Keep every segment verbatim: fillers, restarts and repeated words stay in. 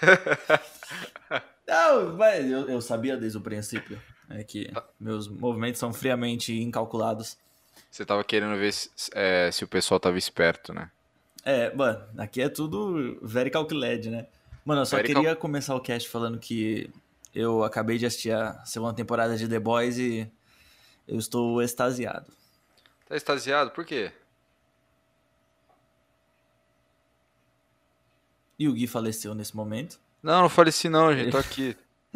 Não, mas eu, eu sabia desde o princípio. É que meus movimentos são friamente incalculados. Você tava querendo ver se, é, se o pessoal tava esperto, né? É, mano, aqui é tudo very calculated, né? Mano, eu só Very cal- queria começar o cast falando que eu acabei de assistir a segunda temporada de The Boys e eu estou extasiado. Tá extasiado? Por quê? E o Gui faleceu nesse momento. Não, não faleci não, gente. Ele- Tô aqui.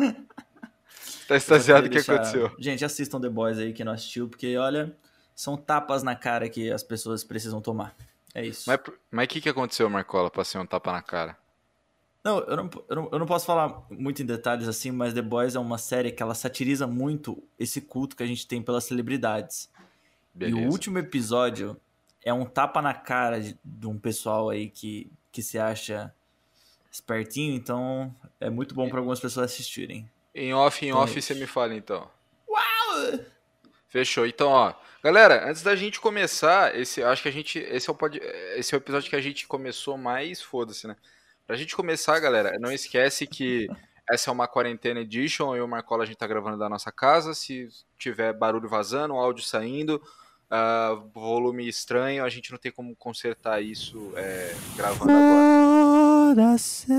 Tá Eu só extasiado, queria o que deixar. aconteceu? Gente, assistam The Boys aí que não assistiu, porque olha, são tapas na cara que as pessoas precisam tomar. É Mas isso. por- mas o que que aconteceu, Marcola, pra ser um tapa na cara? Não eu, não, eu não, eu não posso falar muito em detalhes assim, mas The Boys é uma série que ela satiriza muito esse culto que a gente tem pelas celebridades. E o Beleza. último episódio é um tapa na cara de, de um pessoal aí que, que se acha espertinho, então é muito bom E- para algumas pessoas assistirem. Em off, em Então é off, você isso. me fala então. Uau! Fechou. Então, ó, galera, antes da gente começar, esse, acho que a gente, esse é o pod, esse é o episódio que a gente começou mais, foda-se, né? Pra gente começar, galera, não esquece que essa é uma quarentena edition, eu e o Marcola a gente tá gravando da nossa casa, se tiver barulho vazando, áudio saindo, ah, volume estranho, a gente não tem como consertar isso é, gravando agora. Foda-se.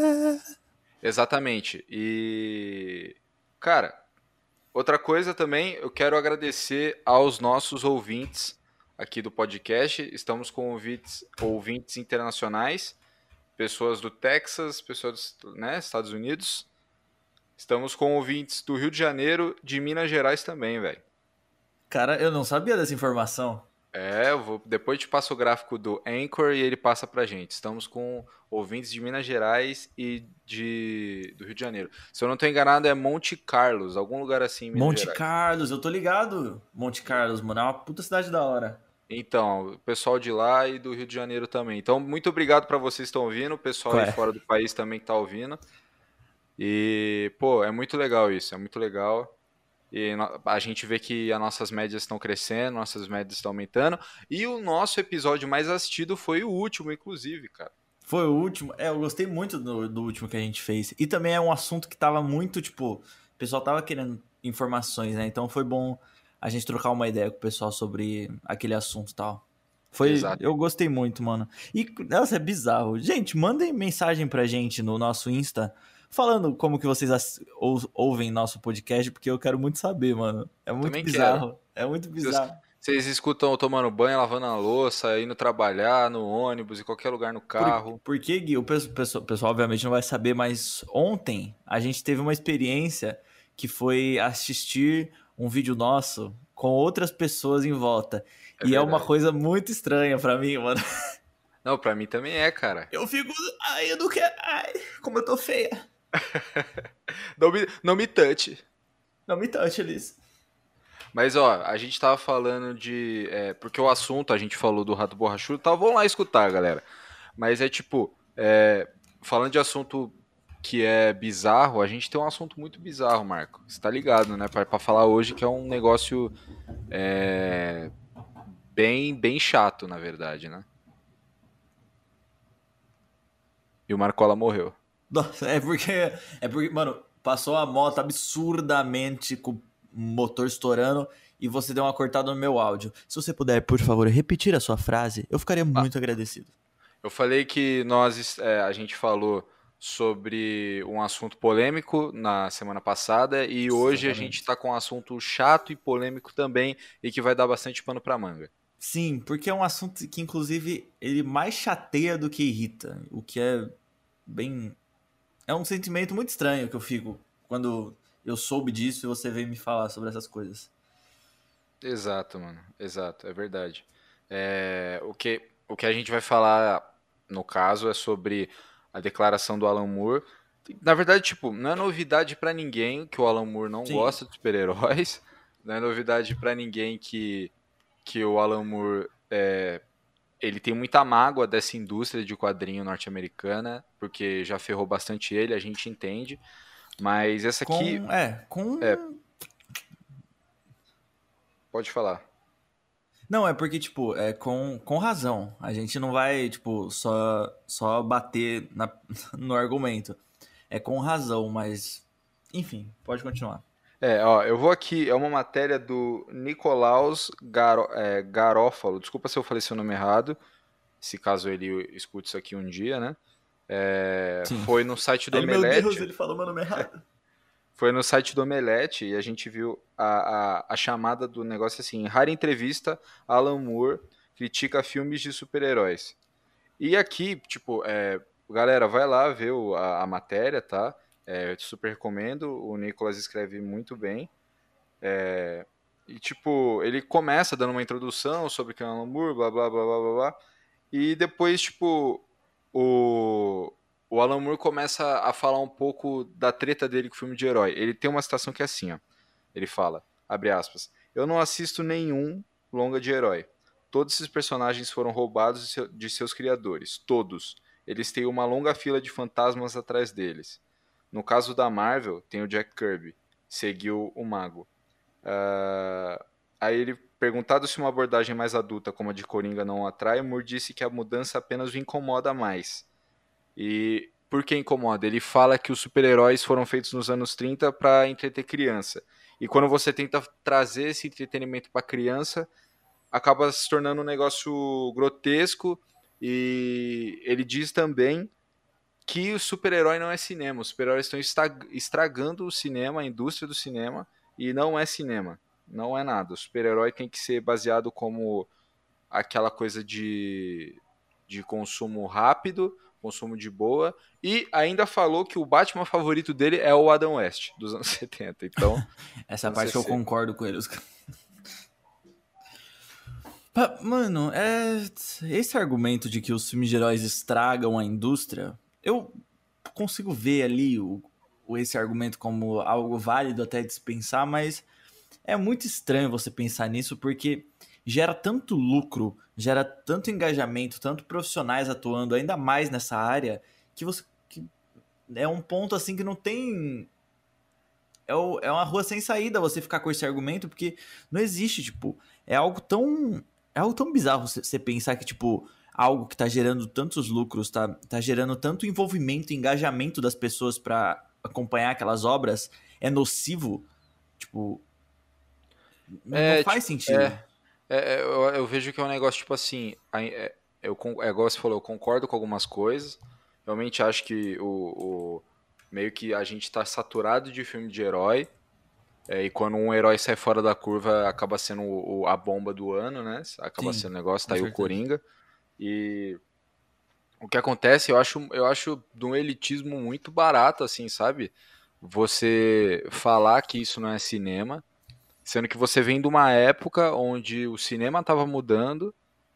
Exatamente. E cara, outra coisa também, eu quero agradecer aos nossos ouvintes aqui do podcast. Estamos com ouvintes, ouvintes internacionais, pessoas do Texas, pessoas dos né, Estados Unidos. Estamos com ouvintes do Rio de Janeiro, de Minas Gerais também, velho. Cara, eu não sabia dessa informação. É, eu vou, depois te passo o gráfico do Anchor e ele passa pra gente. Estamos com ouvintes de Minas Gerais e de, do Rio de Janeiro. Se eu não estou enganado, é Monte Carlos, algum lugar assim em Minas Monte Gerais. Carlos, eu tô ligado. Monte Carlos, mano, é uma puta cidade da hora. Então, o pessoal de lá e do Rio de Janeiro também. Então, muito obrigado para vocês que estão ouvindo, o pessoal Qual aí é? fora do país também que tá ouvindo. E, pô, é muito legal isso, é muito legal. E no- a gente vê que as nossas médias estão crescendo, nossas médias estão aumentando. E o nosso episódio mais assistido foi o último, inclusive, cara. Foi o último. É, eu gostei muito do, do último que a gente fez. E também é um assunto que tava muito, tipo, o pessoal tava querendo informações, né? Então foi bom a gente trocar uma ideia com o pessoal sobre aquele assunto e tal. Foi, Exato. eu gostei muito, mano. E, nossa, é bizarro. Gente, mandem mensagem pra gente no nosso Insta falando como que vocês ass- ou- ouvem nosso podcast, porque eu quero muito saber, mano. É muito Também quero. bizarro. É muito Se Vocês bizarro. vocês escutam eu tomando banho, lavando a louça, indo trabalhar, no ônibus, em qualquer lugar no Por, carro. porque, Gui, o pesso- pesso- pessoal obviamente não vai saber, mas ontem a gente teve uma experiência que foi assistir um vídeo nosso com outras pessoas em volta. É E é uma verdade. coisa muito estranha pra mim, mano. Não, pra mim também é, cara. Eu fico. Ai, eu não quero. Ai, como eu tô feia. Não me, não me touche. Não me touche, Liz. Mas ó, a gente tava falando de. É, porque o assunto, a gente falou do Rato Borrachudo, tá? Vão lá escutar, galera. Mas é tipo, é, falando de assunto que é bizarro, a gente tem um assunto muito bizarro, Marco. Você tá ligado, né? Pra, pra falar hoje que é um negócio é, bem, bem chato, na verdade, né? E o Marcola morreu. Nossa, é porque. É porque, mano, passou a moto absurdamente com o motor estourando e você deu uma cortada no meu áudio. Se você puder, por favor, repetir a sua frase, eu ficaria Ah, muito agradecido. eu falei que nós, é, a gente falou sobre um assunto polêmico na semana passada e hoje a gente Exatamente. está com um assunto chato e polêmico também e que vai dar bastante pano para manga. Sim, porque é um assunto que, inclusive, ele mais chateia do que irrita. O que é bem. É um sentimento muito estranho que eu fico quando eu soube disso e você veio me falar sobre essas coisas. Exato, mano. Exato, é verdade. É, o que, o que a gente vai falar no caso é sobre a declaração do Alan Moore. Na verdade, tipo, não é novidade pra ninguém que o Alan Moore não Sim, gosta de super-heróis. Não é novidade pra ninguém que, que o Alan Moore é, ele tem muita mágoa dessa indústria de quadrinho norte-americana, porque já ferrou bastante ele, a gente entende. Mas essa aqui, com. É, é, com. pode falar. Não, é porque, tipo, é com, com razão. A gente não vai, tipo, só, só bater na- no argumento. é com razão, mas enfim, pode continuar. É, ó, eu vou aqui, é uma matéria do Nicolaus Garo, é, Garófalo, desculpa se eu falei seu nome errado, se caso ele escute isso aqui um dia, né? É, Sim. foi no site do Ele, meu Omelete. Deus, ele falou meu nome errado. Foi no site do Omelete e a gente viu a, a, a chamada do negócio assim: rara entrevista, Alan Moore critica filmes de super-heróis. E aqui, tipo, é, galera, vai lá ver o, a, a matéria, tá? É, eu super recomendo, o Nicolas escreve muito bem. É, e, tipo, ele começa dando uma introdução sobre quem é Alan Moore, blá, blá, blá, blá, blá, blá. E depois, tipo, o, o Alan Moore começa a falar um pouco da treta dele com o filme de herói. Ele tem uma citação que é assim, ó. Ele fala, abre aspas, eu não assisto nenhum longa de herói. Todos esses personagens foram roubados de, seu, de seus criadores. Todos. Eles têm uma longa fila de fantasmas atrás deles. No caso da Marvel, tem o Jack Kirby. Seguiu o Mago. Uh, aí ele, perguntado se uma abordagem mais adulta como a de Coringa não o atrai, Moore disse que a mudança apenas o incomoda mais. E por que incomoda? Ele fala que os super-heróis foram feitos nos anos trinta para entreter criança. E quando você tenta trazer esse entretenimento para criança, acaba se tornando um negócio grotesco. E ele diz também que o super-herói não é cinema. Os super-heróis estão estragando o cinema, a indústria do cinema, e não é cinema. Não é nada. O super-herói tem que ser baseado como aquela coisa de, de consumo rápido, consumo de boa, e ainda falou que o Batman favorito dele é o Adam West, dos anos setenta. Então, essa parte eu concordo com eles. Mano, é... esse argumento de que os filmes de heróis estragam a indústria, eu consigo ver ali o, esse argumento como algo válido até de se pensar, mas é muito estranho você pensar nisso porque gera tanto lucro, gera tanto engajamento, tanto profissionais atuando ainda mais nessa área, que você que é um ponto assim que não tem... É, o, é uma rua sem saída você ficar com esse argumento, porque não existe, tipo, é algo tão... É algo tão bizarro você pensar que, tipo, algo que tá gerando tantos lucros, tá, tá gerando tanto envolvimento e engajamento das pessoas pra acompanhar aquelas obras, é nocivo, tipo... é, Não faz tipo, sentido. É, é, eu, eu vejo que é um negócio, tipo assim, é, eu, é igual você falou, eu concordo com algumas coisas, realmente acho que o, o meio que a gente tá saturado de filme de herói, é, e quando um herói sai fora da curva, acaba sendo o, o, a bomba do ano, né? Acaba Sim, sendo o negócio, tá com aí o certeza. Coringa. E o que acontece, eu acho, eu acho de um elitismo muito barato, assim, sabe? Você falar que isso não é cinema, sendo que você vem de uma época onde o cinema estava mudando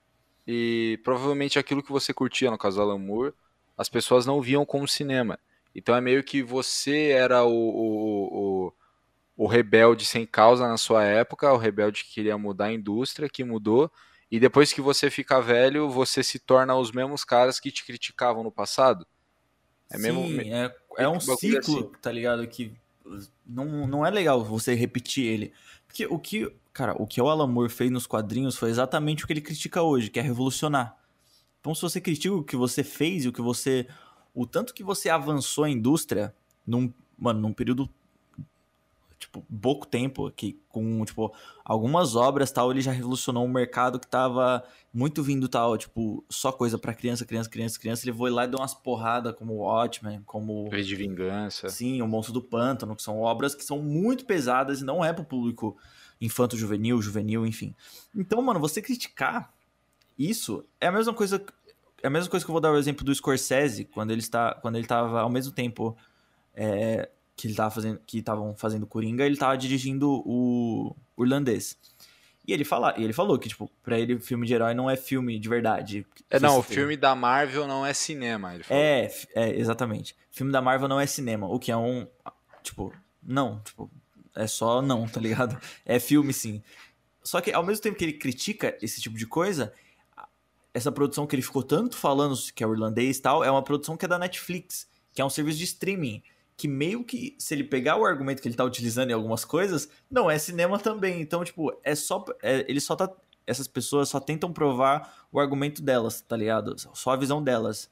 e provavelmente aquilo que você curtia, no caso do Alan Moore, as pessoas não viam como cinema. Então é meio que você era o, o, o o rebelde sem causa na sua época, o rebelde que queria mudar a indústria, que mudou, e depois que você fica velho, você se torna os mesmos caras que te criticavam no passado. É mesmo Sim, é, é meio um que um bagulho assim. ciclo, tá ligado? Que não, não é legal você repetir ele. Porque o que, cara, o que o Alan Moore fez nos quadrinhos foi exatamente o que ele critica hoje, que é revolucionar. Então, se você critica o que você fez e o que você. O tanto que você avançou a indústria num, mano, num período, tipo, pouco tempo, que com, tipo, algumas obras, tal, ele já revolucionou um mercado que tava muito vindo, tal, tipo, só coisa pra criança, criança, criança, criança, ele foi lá e deu umas porradas como Watchmen, como, V de Vingança. sim, O Monstro do Pântano, que são obras que são muito pesadas e não é pro público infanto-juvenil, juvenil, enfim. Então, mano, você criticar isso é a mesma coisa, é a mesma coisa que eu vou dar o exemplo do Scorsese, quando ele está, quando ele tava ao mesmo tempo é, que ele tava fazendo, que estavam fazendo Coringa, ele tava dirigindo o Irlandês. E ele fala, e ele falou que tipo, para ele filme de herói não é filme de verdade. É, não, o filme da Marvel não é cinema, ele falou. É, é, exatamente. Filme da Marvel não é cinema, o que é um, tipo, não, tipo, é só não, tá ligado? É filme sim. Só que ao mesmo tempo que ele critica esse tipo de coisa, essa produção que ele ficou tanto falando, que é o Irlandês e tal, é uma produção que é da Netflix, que é um serviço de streaming, que meio que, se ele pegar o argumento que ele tá utilizando em algumas coisas, não é cinema também. Então, tipo, é só... É, ele só tá... Essas pessoas só tentam provar o argumento delas, tá ligado? Só a visão delas.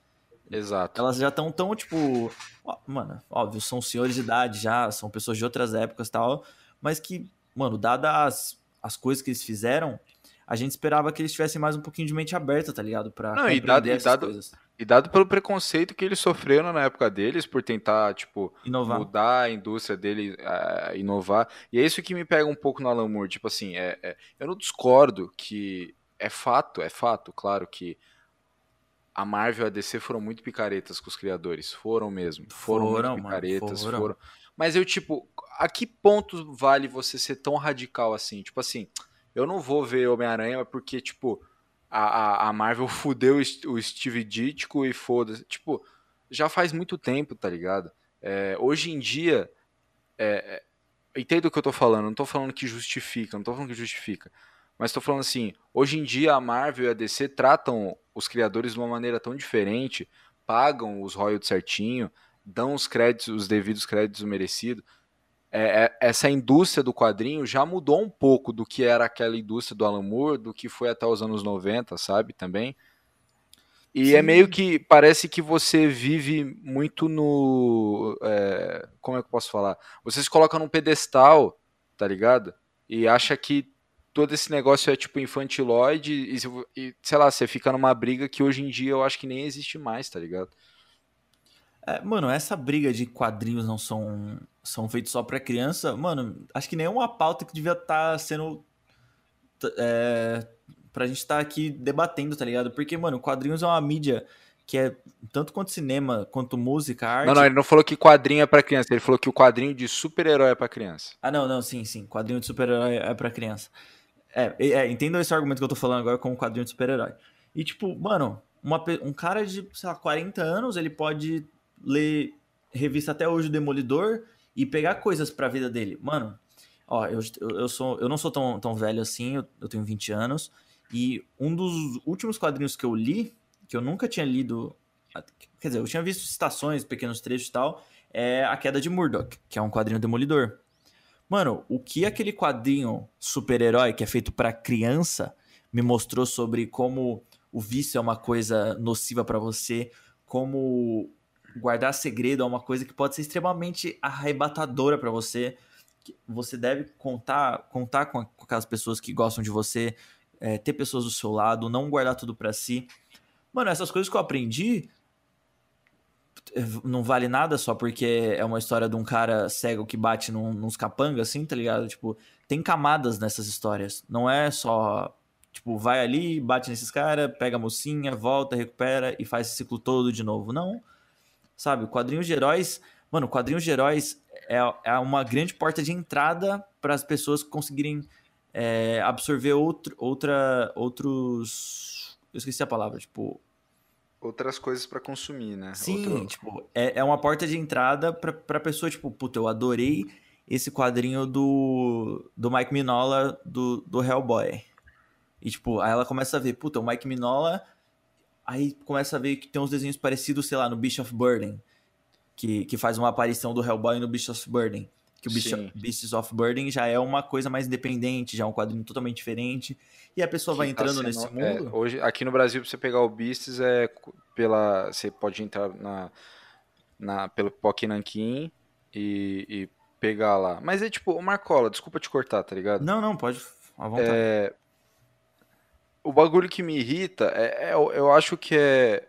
Exato. Elas já estão tão, tipo... ó, mano, óbvio, são senhores de idade já, são pessoas de outras épocas e tal, mas que, mano, dadas as, as coisas que eles fizeram, a gente esperava que eles tivessem mais um pouquinho de mente aberta, tá ligado? Pra Não, e dado, compreender e essas dado, coisas. e dado pelo preconceito que eles sofreram na época deles, por tentar, tipo, Inovar. mudar a indústria dele, eh, inovar. E é isso que me pega um pouco no Alan Moore. Tipo assim, é, é- eu não discordo que é fato, é fato, claro que a Marvel e a D C foram muito picaretas com os criadores. Foram mesmo. Foram muito Foram, mano, picaretas, foram. foram. Mas eu, tipo, a que ponto vale você ser tão radical assim? Tipo assim, eu não vou ver Homem-Aranha porque, tipo, a, a, a Marvel fudeu o St- o Steve Ditko e foda-se. Tipo, já faz muito tempo, tá ligado? É, hoje em dia, entendo o que eu tô falando, não tô falando que justifica, não tô falando que justifica. Mas tô falando assim, hoje em dia a Marvel e a D C tratam os criadores de uma maneira tão diferente, pagam os royalties certinho, dão os créditos, os devidos créditos merecidos. É, é, essa indústria do quadrinho já mudou um pouco do que era aquela indústria do Alan Moore, do que foi até os anos noventa, sabe, também. E é meio Sim, que parece que você vive muito no. É, como é que eu posso falar? Você se coloca num pedestal, tá ligado? E acha que todo esse negócio é tipo infantiloide e, e, sei lá, você fica numa briga que hoje em dia eu acho que nem existe mais, tá ligado? é, mano, essa briga de quadrinhos não são, são feitos só pra criança, mano, acho que nem é uma pauta que devia estar sendo t- é, pra gente estar aqui debatendo, tá ligado? Porque, mano, quadrinhos é uma mídia que é tanto quanto cinema, quanto música, Não, não, arte. ele não falou que quadrinho é pra criança, ele falou que o quadrinho de super-herói é pra criança. Ah, não, não, sim, sim, quadrinho de super-herói é pra criança. É, é, é, entenda esse argumento que eu tô falando agora como quadrinho de super-herói. E, tipo, mano, uma pe- um cara de, sei lá, quarenta anos, ele pode ler revista até hoje do Demolidor e pegar coisas pra vida dele. Mano, ó, eu, eu, eu sou, eu não sou tão, tão velho assim, eu, eu tenho vinte anos, e um dos últimos quadrinhos que eu li, que eu nunca tinha lido, quer dizer, eu tinha visto citações, pequenos trechos e tal, é A Queda de Murdoch, que é um quadrinho Demolidor. Mano, o que aquele quadrinho super-herói que é feito pra criança me mostrou sobre como o vício é uma coisa nociva pra você, como guardar segredo é uma coisa que pode ser extremamente arrebatadora pra você. Que Você deve contar, contar com, a- com aquelas pessoas que gostam de você, é, ter pessoas do seu lado, não guardar tudo pra si. Mano, essas coisas que eu aprendi não vale nada só porque é uma história de um cara cego que bate num, nos capangas, assim, tá ligado? Tipo, tem camadas nessas histórias. Não é só, tipo, vai ali, bate nesses caras, pega a mocinha, volta, recupera e faz esse ciclo todo de novo. Não, sabe? Quadrinhos de heróis. Mano, quadrinhos de heróis é, é uma grande porta de entrada para as pessoas conseguirem é, absorver outro, outra, outros. Eu esqueci a palavra, tipo, Outras coisas pra consumir, né? sim, Outro... tipo, é, é uma porta de entrada pra, pra pessoa, tipo, puta, eu adorei esse quadrinho do, do Mike Mignola do, do Hellboy. E, tipo, aí ela começa a ver, puta, o Mike Mignola, aí começa a ver que tem uns desenhos parecidos, sei lá, no Beast of Burden, que, que faz uma aparição do Hellboy no Beast of Burden. Que o Beast, Sim. Beasts of Burden já é uma coisa mais independente, já é um quadrinho totalmente diferente. E a pessoa vai Que tá entrando nesse sendo. É, mundo. hoje, aqui no Brasil, pra você pegar o Beasts, é co- pela. Você pode entrar na, na, pelo Pock Nankin e, e pegar lá. Mas é tipo, o Marcola, desculpa te cortar, tá ligado? Não, não, pode, à vontade. O bagulho que me irrita é, é- eu eu acho que é.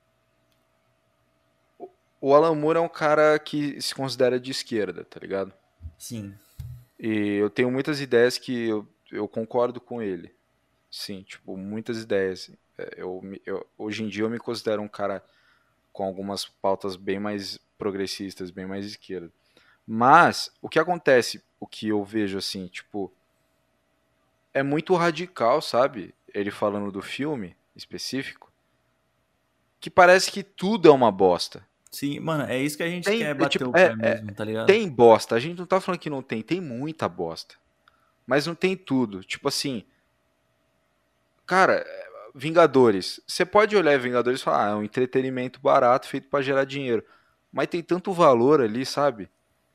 O Alan Moore é um cara que se considera de esquerda, tá ligado? Sim, E eu tenho muitas ideias que eu, eu concordo com ele. Sim, tipo, muitas ideias. É, Eu, me- eu, hoje em dia eu me considero um cara com algumas pautas bem mais progressistas, bem mais esquerda. Mas o que acontece, o que eu vejo assim, tipo, é muito radical, sabe? Ele falando do filme específico, que parece que tudo é uma bosta. sim, mano, é isso que a gente Tem, quer é, bater tipo, o é, pé é- mesmo, tá ligado? tem bosta. A gente não tá falando que não tem, tem muita bosta. Mas não tem tudo. Tipo assim, cara, Vingadores. Você pode olhar Vingadores e falar, ah, é um entretenimento barato feito pra gerar dinheiro. Mas tem tanto valor ali, sabe?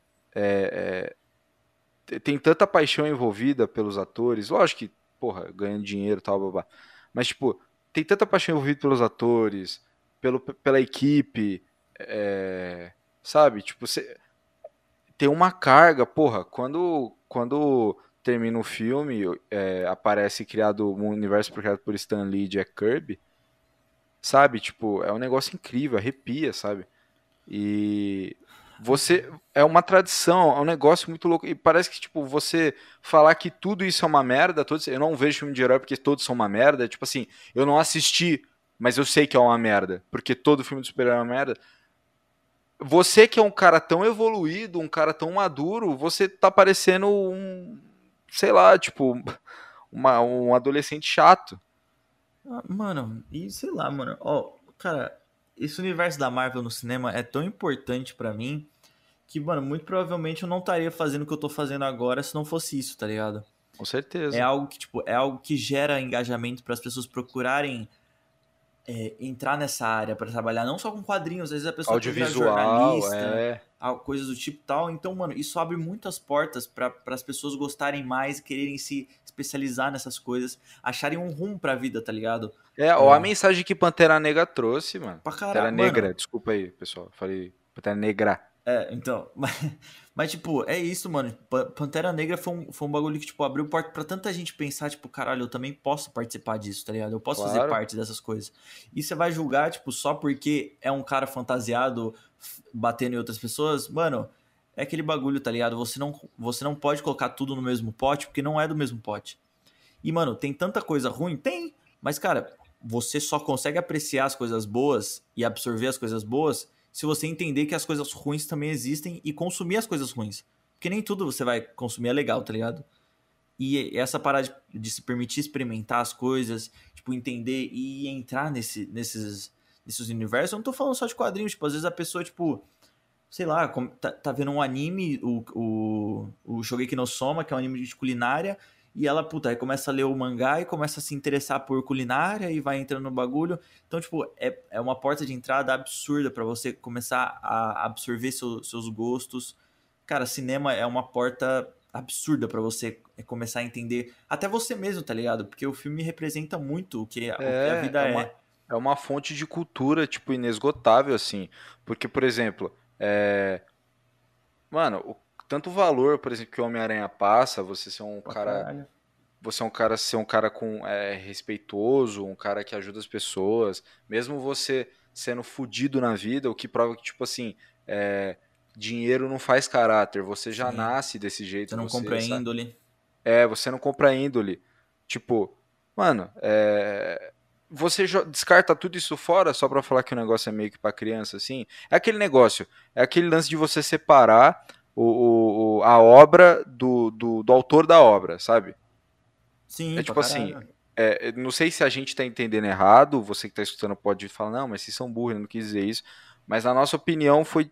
Tem tanta paixão envolvida pelos atores. Lógico que, porra, ganhando dinheiro e tal, babá. Mas, tipo, tem tanta paixão envolvida pelos atores, pelo, pela equipe, é, sabe? Tipo, você tem uma carga, porra, quando, quando termina o filme, é, aparece criado um universo criado por Stan Lee e Jack Kirby, sabe? Tipo, é um negócio incrível, arrepia, sabe? E você é uma tradição, é um negócio muito louco. E parece que, tipo, você falar que tudo isso é uma merda, todos, eu não vejo filme de herói porque todos são uma merda. Tipo assim, eu não assisti, mas eu sei que é uma merda, porque todo filme de super-herói é uma merda. Você que é um cara tão evoluído, um cara tão maduro, você tá parecendo um, sei lá, tipo, uma, um adolescente chato. Ah, mano, e sei lá, mano. Ó, cara, esse universo da Marvel no cinema é tão importante pra mim que, mano, muito provavelmente eu não estaria fazendo o que eu tô fazendo agora se não fosse isso, tá ligado? Com É certeza. algo que, tipo, é algo que gera engajamento para as pessoas procurarem é, entrar nessa área para trabalhar não só com quadrinhos, às vezes a pessoa quer virar Audiovisual, jornalista, é. al- coisas do tipo tal. Então, mano, isso abre muitas portas para as pessoas gostarem mais e quererem se especializar nessas coisas, acharem um rumo pra vida, tá ligado? É, ó, a mensagem que Pantera Negra trouxe, mano. Pra Pantera caralho, mano. Negra, desculpa aí, pessoal. Falei Pantera Negra. É, então, mas, mas, tipo, é isso, mano. Pa- Pantera Negra foi um, foi um bagulho que, tipo, abriu porta pra tanta gente pensar, tipo, caralho, eu também posso participar disso, tá ligado? Eu posso fazer Claro. parte dessas coisas. E você vai julgar, tipo, só porque é um cara fantasiado f- batendo em outras pessoas? Mano, é aquele bagulho, tá ligado? Você não, você não pode colocar tudo no mesmo pote, porque não é do mesmo pote. E, mano, tem tanta coisa ruim? Tem. Mas, cara, você só consegue apreciar as coisas boas e absorver as coisas boas se você entender que as coisas ruins também existem e consumir as coisas ruins. Porque nem tudo você vai consumir é legal, tá ligado? E essa parada de, de se permitir experimentar as coisas, tipo, entender e entrar nesse, nesses, nesses universos. Eu não tô falando só de quadrinhos, tipo, às vezes a pessoa, tipo, sei lá, como- tá, tá vendo um anime, o, o, o Shogeki no Soma, que é um anime de culinária, e ela, puta, aí começa a ler o mangá e começa a se interessar por culinária e vai entrando no bagulho. Então, tipo, é, é uma porta de entrada absurda pra você começar a absorver seu- seus gostos. Cara, cinema é uma porta absurda pra você começar a entender até você mesmo, tá ligado? Porque o filme representa muito o que, o que a É, é vida uma, é. é uma fonte de cultura, tipo, inesgotável, assim. Porque, por exemplo, é, mano, o, tanto o valor, por exemplo, que o Homem-Aranha passa, você ser um Pra cara. caralho. Você é um cara ser um cara com é, respeitoso, um cara que ajuda as pessoas, mesmo você sendo fudido na vida, o que prova que, tipo assim, é, dinheiro não faz caráter, você já Sim. nasce desse Você jeito, não você, compra sabe? índole. É, você não compra índole. Tipo, mano, é, você jo- descarta tudo isso fora só pra falar que o negócio é meio que pra criança, assim. É aquele negócio, é aquele lance de você separar o, o- o- a obra do, do, do autor da obra, sabe? Sim, É pra tipo assim, caralho. é, não sei se a gente tá entendendo errado, você que tá escutando pode falar, não, mas vocês são burros, eu não quis dizer isso. Mas na nossa opinião foi,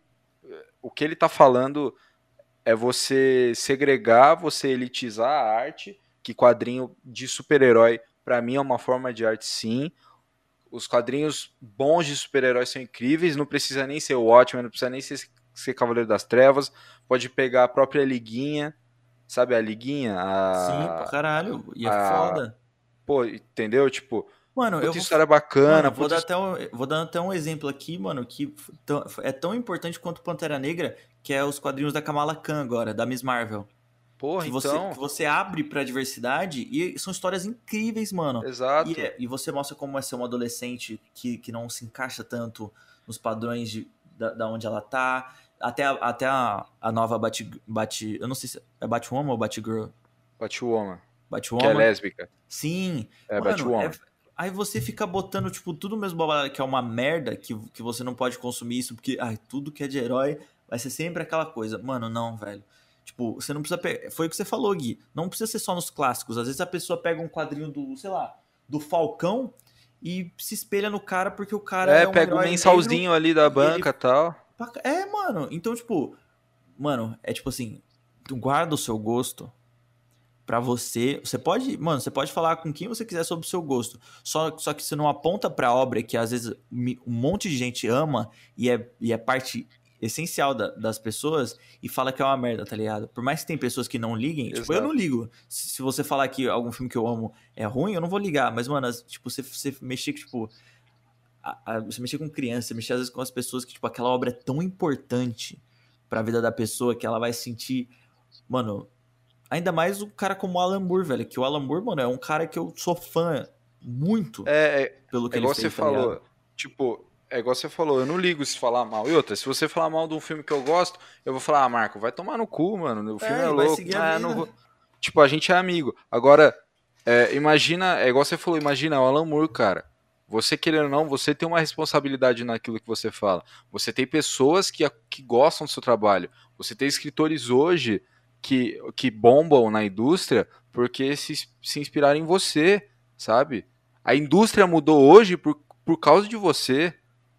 o que ele tá falando é você segregar, você elitizar a arte, que quadrinho de super-herói, pra mim é uma forma de arte sim. Os quadrinhos bons de super-heróis são incríveis, não precisa nem ser o Watchmen, não precisa nem ser, ser Cavaleiro das Trevas, pode pegar a própria Liguinha, sabe a Liguinha? Sim, pra A, caralho. E é a, foda. Pô, entendeu? Tipo, Mano, eu puta vou. história bacana, Mano, vou puta. dar his- até um, vou dar até um exemplo aqui, mano, que f- tão- é tão importante quanto Pantera Negra, que é os quadrinhos da Kamala Khan agora, da Miss Marvel. Porra, Que você, então. que você abre pra diversidade e são histórias incríveis, mano. E, Exato. é- e você mostra como é ser um adolescente que, que não se encaixa tanto nos padrões de, da, da onde ela tá. Até a, até a, a nova Bat, Bat. Eu não sei se é Batwoman ou Batgirl. Batwoman. Que é Batwoman. lésbica. Sim, É mano, é... Batwoman. aí você fica botando, tipo, tudo mesmo babalá que é uma merda, que, que você não pode consumir isso, porque, ai, tudo que é de herói vai ser sempre aquela coisa. Mano, não, velho. Tipo, você não precisa pegar. Foi o que você falou, Gui. Não precisa ser só nos clássicos. Às vezes a pessoa pega um quadrinho do, sei lá, do Falcão e se espelha no cara porque o cara É, é um pega o herói negro mensalzinho ali da e ele. banca e tal. É, mano. Então, tipo, mano, é tipo assim, tu guarda o seu gosto pra você. Você pode, mano, você pode falar com quem você quiser sobre o seu gosto. Só, só que você não aponta pra obra que às vezes mi- um monte de gente ama e é, e é parte essencial da- das pessoas e fala que é uma merda, tá ligado? Por mais que tem pessoas que não liguem, tipo, eu não Exato. ligo. Se, se você falar que algum filme que eu amo é ruim, eu não vou ligar. Mas, mano, as- tipo, você, você mexer, tipo, a- a- você mexer com criança, você mexer às vezes com as pessoas que, tipo, aquela obra é tão importante pra vida da pessoa que ela vai sentir, mano, ainda mais o cara como o Alan Moore, velho, que o Alan Moore, mano, é um cara que eu sou fã muito É, é, pelo que é ele igual você fez, tá ligado? falou. Tipo, é igual você falou, eu não ligo se falar mal. E outra, se você falar mal de um filme que eu gosto, eu vou falar, ah, Marco, vai tomar no cu, mano. O filme É, é e vai louco. seguir a Ah, não vida. vou. Tipo, a gente é amigo. Agora, é, imagina, é igual você falou, imagina o Alan Moore, cara. Você querendo ou não, você tem uma responsabilidade naquilo que você fala. Você tem pessoas que, que gostam do seu trabalho. Você tem escritores hoje que, que bombam na indústria porque se, se inspiraram em você, sabe? A indústria mudou hoje por, por causa de você.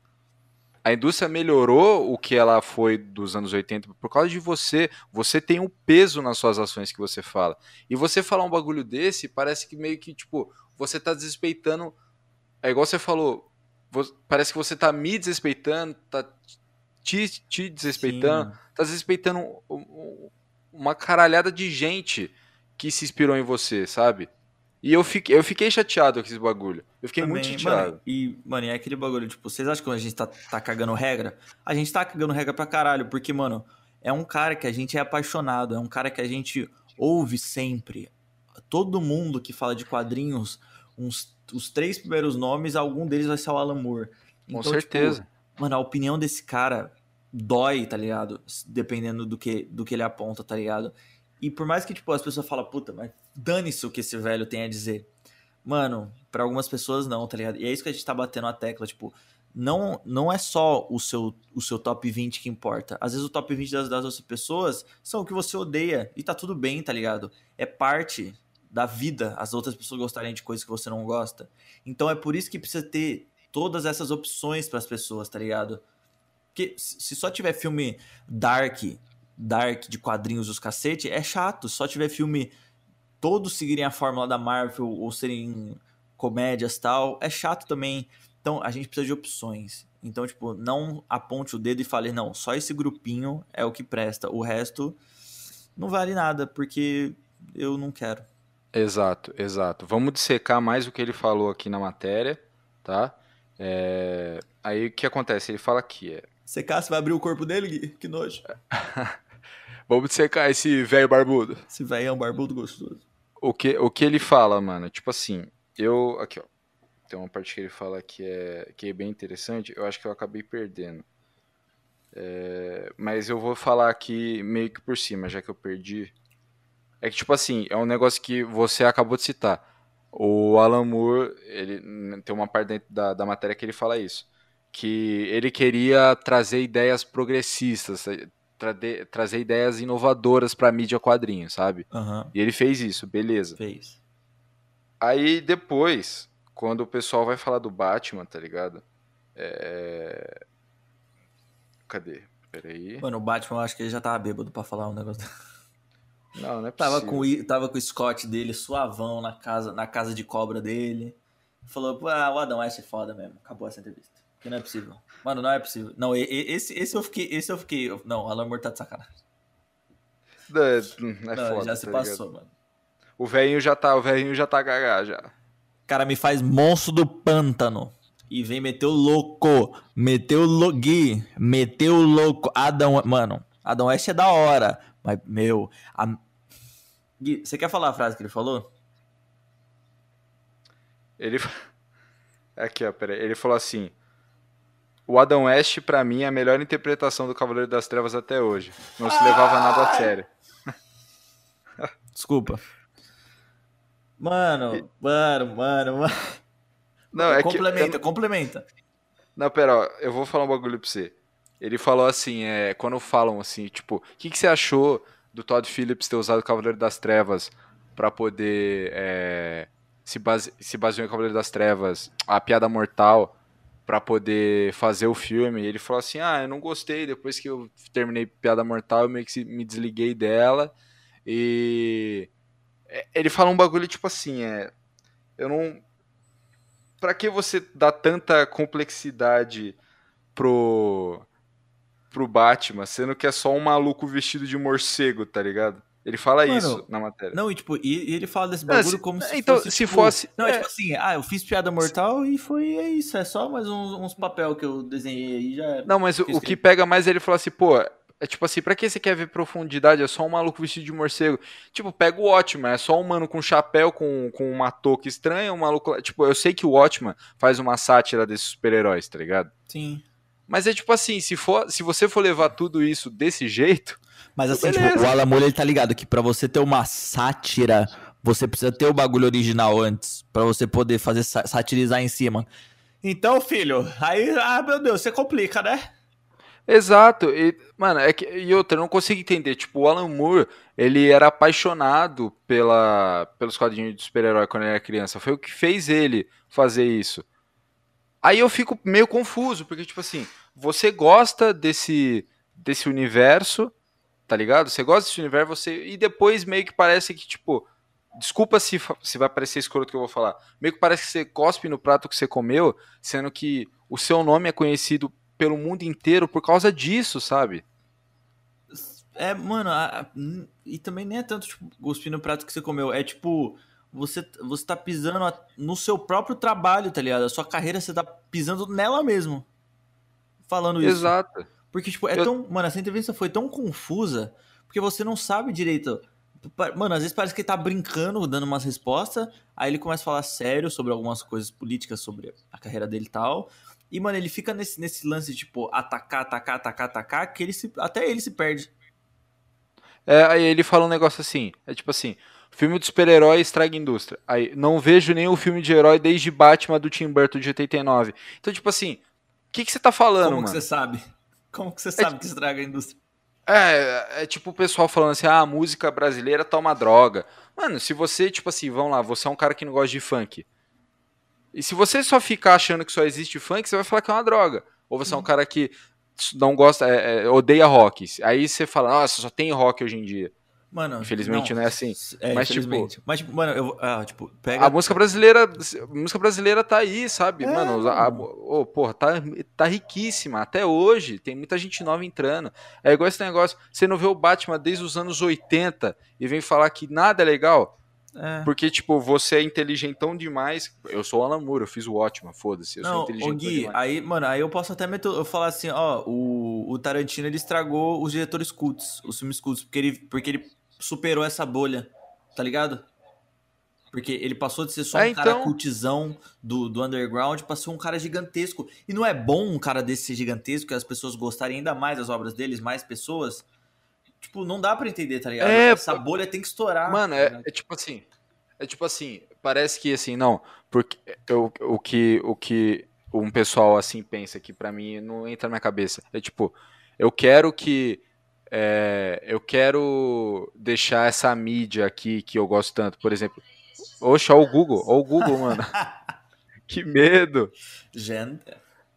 A indústria melhorou o que ela foi dos anos oitenta por causa de você. Você tem um peso nas suas ações que você fala. E você falar um bagulho desse, parece que meio que, tipo, você tá desrespeitando. É igual você falou. vo- Parece que você tá me desrespeitando, tá te, te desrespeitando, Sim. tá desrespeitando um- um- uma caralhada de gente que se inspirou em você, sabe? E eu fiquei, eu fiquei chateado com esse bagulho. Eu fiquei muito Também, mano, chateado. e, mano, é aquele bagulho, tipo, vocês acham que a gente tá, tá cagando regra? A gente tá cagando regra pra caralho, porque, mano, é um cara que a gente é apaixonado, é um cara que a gente ouve sempre. Todo mundo que fala de quadrinhos, uns, os três primeiros nomes, algum deles vai ser o Alan Moore. Com Então, tipo, certeza. mano, a opinião desse cara dói, tá ligado? Dependendo do que, do que ele aponta, tá ligado? E por mais que, tipo, as pessoas falam, puta, mas dane-se o que esse velho tem a dizer. Mano, pra algumas pessoas não, tá ligado? E é isso que a gente tá batendo a tecla, tipo, não, não é só o seu, o seu top vinte que importa. Às vezes o top vinte das, das outras pessoas são o que você odeia. E tá tudo bem, tá ligado? É parte da vida as outras pessoas gostarem de coisas que você não gosta. Então é por isso que precisa ter todas essas opções pras pessoas, tá ligado? Porque se se só tiver filme dark, dark de quadrinhos os cacete, é chato. Se só tiver filme todos seguirem a fórmula da Marvel ou serem comédias e tal, é chato também. Então a gente precisa de opções. Então, tipo, não aponte o dedo e fale, não, só esse grupinho é o que presta. O resto não vale nada, porque eu não quero. Exato, exato. Vamos dissecar mais o que ele falou aqui na matéria, tá? É, Aí o que acontece? Ele fala aqui, é... C K, você vai abrir o corpo dele, Gui? Que nojo. Vamos dissecar esse velho barbudo. Esse velho é um barbudo gostoso. O que, o que ele fala, mano? Tipo assim, eu... Aqui, ó. Tem uma parte que ele fala que é, que é bem interessante. Eu acho que eu acabei perdendo. É, Mas eu vou falar aqui meio que por cima, já que eu perdi. É que, tipo assim, é um negócio que você acabou de citar. O Alan Moore, ele tem uma parte dentro da, da matéria que ele fala isso. Que ele queria trazer ideias progressistas, trade- trazer ideias inovadoras pra mídia quadrinho, sabe? Aham, E ele fez isso, beleza. fez. Aí depois, quando o pessoal vai falar do Batman, tá ligado? É... Cadê? Peraí. Mano, o Batman, eu acho que ele já tava bêbado pra falar um negócio. Não, não é Tava com, possível. o- tava com o Scott dele, suavão, na casa, na casa de cobra dele. Falou, pô, ah, o Adam West é foda mesmo. Acabou essa entrevista. Porque não é possível. Mano, não é possível. Não, e- e- esse, esse eu fiquei. Esse eu fiquei. Não, o Alan Moore tá de sacanagem. É, é Não, ele já foda, se tá ligado? passou, mano. O velhinho já tá, o velhinho já tá gaga já. O cara me faz monstro do pântano. E vem meter o louco. Meteu o Logui. Meteu o louco. Adam. Mano, Adam West é da hora. Mas, meu. a- Gui, você quer falar a frase que ele falou? Ele aqui, ó, peraí. Ele falou assim: "O Adam West pra mim é a melhor interpretação do Cavaleiro das Trevas até hoje. Não se levava nada a sério." Desculpa. E- Mano, mano, mano, mano. não, é que eu Complementa, não, complementa. não, pera, ó, eu vou falar um bagulho pra você. Ele falou assim, é, quando falam assim, tipo, o que, que você achou do Todd Phillips ter usado o Cavaleiro das Trevas pra poder é, se, base, se baseou em Cavaleiro das Trevas, a Piada Mortal, pra poder fazer o filme? E ele falou assim, ah, eu não gostei, depois que eu terminei Piada Mortal, eu meio que se- me desliguei dela. E é, ele fala um bagulho tipo assim, é, eu não, pra que você dá tanta complexidade pro pro Batman, sendo que é só um maluco vestido de morcego, tá ligado? Ele fala isso Mano, na matéria. não, e tipo, e, e ele fala desse Não, bagulho se- como se então, fosse, se tipo... fosse. Não, é É, tipo assim, ah, eu fiz piada mortal e foi, é isso, é só mais uns, uns papel que eu desenhei aí, já era. não, mas o, Que eu o que escrevi. pega mais é ele falar assim, pô, é tipo assim, pra que você quer ver profundidade? É só um maluco vestido de morcego. Tipo, pega o Watchman, é só um mano com chapéu, com, com uma touca estranha, um maluco. lá- Tipo, eu sei que o Watchman faz uma sátira desses super-heróis, tá ligado? Sim. Mas é tipo assim, se, for, se você for levar tudo isso desse jeito, Mas então assim, tipo, o beleza. Alan Moore, ele tá ligado que pra você ter uma sátira, você precisa ter o bagulho original antes, pra você poder fazer sa- satirizar em cima. Então, filho, aí, ah, meu Deus, você complica, né? Exato. E, mano, é que, e outra, eu não consigo entender. Tipo, o Alan Moore, ele era apaixonado pela, pelos quadrinhos de super-herói quando ele era criança. Foi o que fez ele fazer isso. Aí eu fico meio confuso, porque, tipo assim, você gosta desse, desse universo, tá ligado? Você gosta desse universo, você. E depois meio que parece que, tipo. Desculpa se, fa- se vai parecer escroto que eu vou falar. Meio que parece que você cospe no prato que você comeu, sendo que o seu nome é conhecido pelo mundo inteiro por causa disso, sabe? É, mano, a- a- n- e também nem é tanto, tipo, cuspir no prato que você comeu. É tipo, você, você tá pisando a- no seu próprio trabalho, tá ligado? A sua carreira, você tá pisando nela mesmo, falando isso. Exato. Porque, tipo, é Eu, tão. Mano, essa entrevista foi tão confusa, porque você não sabe direito. Pa- Mano, às vezes parece que ele tá brincando, dando umas respostas, aí ele começa a falar sério sobre algumas coisas políticas, sobre a carreira dele e tal. E, mano, ele fica nesse, nesse lance de, tipo, atacar, atacar, atacar, atacar, que ele se, até ele se perde. é, aí ele fala um negócio assim, é tipo assim, filme de super-herói estraga a indústria. Aí, não vejo nenhum filme de herói desde Batman do Tim Burton de oitenta e nove. Então, tipo assim, o que, que você tá falando, Como que você mano? sabe? Como que você É, sabe que estraga a indústria? é, é tipo o pessoal falando assim, ah, a música brasileira tá uma droga. Mano, se você, tipo assim, vamos lá, você é um cara que não gosta de funk. E se você só ficar achando que só existe funk, você vai falar que é uma droga. Ou você é um cara que não gosta, é, é, odeia rock. Aí você fala, nossa, só tem rock hoje em dia. Mano, Infelizmente não. não é assim. É, Mas, tipo, infelizmente. Mas, tipo, mano, eu. Ah, tipo, a pega. música brasileira, a música brasileira tá aí, sabe? É, Mano, a, a, mano. oh, porra, tá, tá riquíssima. Até hoje tem muita gente nova entrando. É igual esse negócio. Você não vê o Batman desde os anos oitenta e vem falar que nada é legal. É. Porque, tipo, você é inteligentão demais. Eu sou o Alan Moore, eu fiz o ótimo, foda-se. Eu sou Não, ô inteligentão Gui, demais. aí, mano, aí eu posso até meter, eu falar assim, ó, o, o Tarantino ele estragou os diretores cults, os filmes cults, porque ele, porque ele superou essa bolha, tá ligado? Porque ele passou de ser só É, um cara então. cultizão do, do underground pra ser um cara gigantesco. E não é bom um cara desse ser gigantesco, que as pessoas gostarem ainda mais das obras deles, mais pessoas. Tipo, não dá pra entender, tá ligado? É, Essa bolha tem que estourar, mano, tá é, ligado? é tipo assim. É tipo assim, parece que assim, não, porque eu, o que o que um pessoal assim pensa que pra mim não entra na minha cabeça. É tipo, eu quero que é, eu quero deixar essa mídia aqui que eu gosto tanto, por exemplo. Oxa, ó o Google, ó o Google, mano. Que medo. Gente.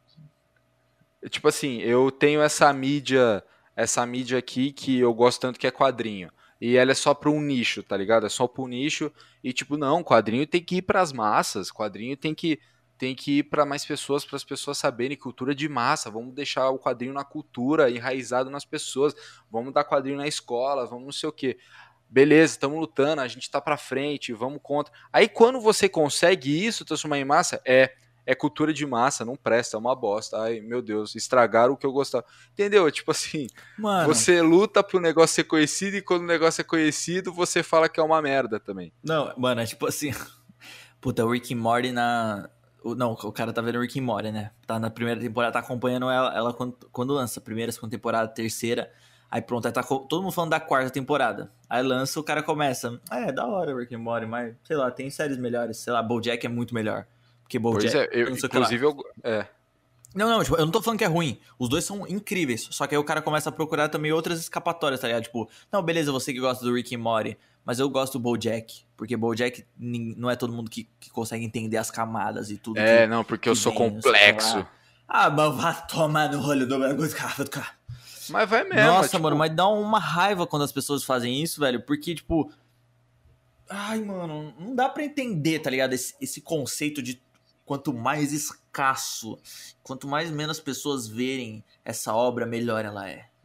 Tipo assim, eu tenho essa mídia, essa mídia aqui que eu gosto tanto que é quadrinho. E ela é só para um nicho, tá ligado? É só para um nicho e tipo, não, quadrinho tem que ir para as massas, quadrinho tem que tem que ir para mais pessoas, para as pessoas saberem cultura de massa. Vamos deixar o quadrinho na cultura, enraizado nas pessoas. Vamos dar quadrinho na escola, vamos não sei o quê. Beleza, estamos lutando, a gente tá para frente, vamos contra. Aí quando você consegue isso, transformar em massa, é é cultura de massa, não presta, é uma bosta. Ai, meu Deus, estragaram o que eu gostava. Entendeu? Tipo assim, Mano, você luta pro negócio ser conhecido e quando o negócio é conhecido, você fala que é uma merda também. não, mano, é tipo assim. Puta, o Rick and Morty na. o- Não, o cara tá vendo o Rick and Morty, né? Tá na primeira temporada, tá acompanhando ela, ela quando, quando lança. Primeira, segunda temporada, terceira. Aí pronto, aí tá co- todo mundo falando da quarta temporada. Aí lança, o cara começa. É, da hora o Rick and Morty, mas sei lá, tem séries melhores. Sei lá, BoJack é muito melhor. Porque Pois BoJack, é, eu, não sei o que lá. inclusive eu. É. Não, não, tipo, eu não tô falando que é ruim. Os dois são incríveis. Só que aí o cara começa a procurar também outras escapatórias, tá ligado? Tipo, não, beleza, você que gosta do Rick and Morty, mas eu gosto do BoJack. Porque BoJack nin- não é todo mundo que, que consegue entender as camadas e tudo É, que, não, porque eu que sou vem, não sei o que complexo. lá. Ah, mas vá tomar no olho do bagulho, cara. Mas vai mesmo, é Nossa, mano, tipo. mas dá uma raiva quando as pessoas fazem isso, velho. Porque, tipo, ai, mano, não dá pra entender, tá ligado? Esse, esse conceito de quanto mais escasso, quanto mais menos pessoas verem essa obra, melhor ela é.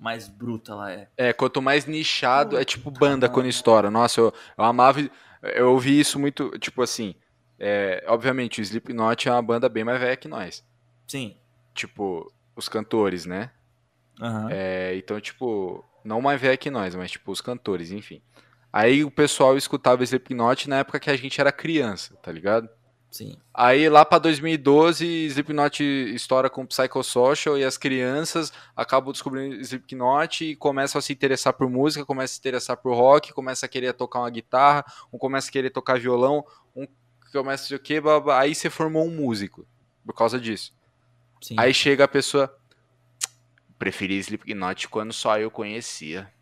mais bruta ela é. É, quanto mais nichado, é tipo banda quando estoura. Nossa, eu, eu amava, eu ouvi isso muito, tipo assim, é, obviamente o Slipknot é uma banda bem mais velha que nós. Sim. Tipo, os cantores, né? Aham. É, então, tipo, não mais velha que nós, mas tipo, os cantores, enfim. Aí o pessoal escutava Slipknot na época que a gente era criança, tá ligado? Sim. Aí lá pra dois mil e doze, Slipknot estoura com Psychosocial e as crianças acabam descobrindo Slipknot e começam a se interessar por música, começam a se interessar por rock, começam a querer tocar uma guitarra, um começa a querer tocar violão, um começa a dizer o quê, blá, blá. Aí você formou um músico por causa disso. Sim. Aí chega a pessoa, preferi Slipknot quando só eu conhecia.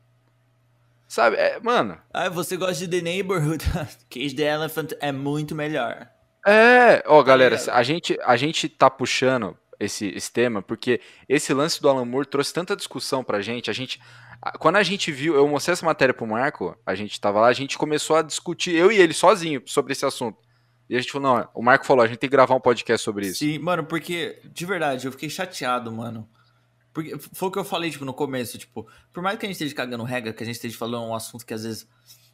Sabe, é, mano... Ah, você gosta de The Neighborhood? Cage the Elephant é muito melhor. É, ó, Tá galera, ligado? a gente, a gente tá puxando esse, esse tema porque esse lance do Alan Moore trouxe tanta discussão pra gente. A gente, a- quando a gente viu, eu mostrei essa matéria pro Marco, a gente tava lá, a gente começou a discutir, eu e ele sozinho, sobre esse assunto. E a gente falou, não, o Marco falou, a gente tem que gravar um podcast sobre isso. Sim, mano, porque, de verdade, eu fiquei chateado, mano. Porque foi o que eu falei, tipo, no começo, tipo, por mais que a gente esteja cagando regra, que a gente esteja falando um assunto que às vezes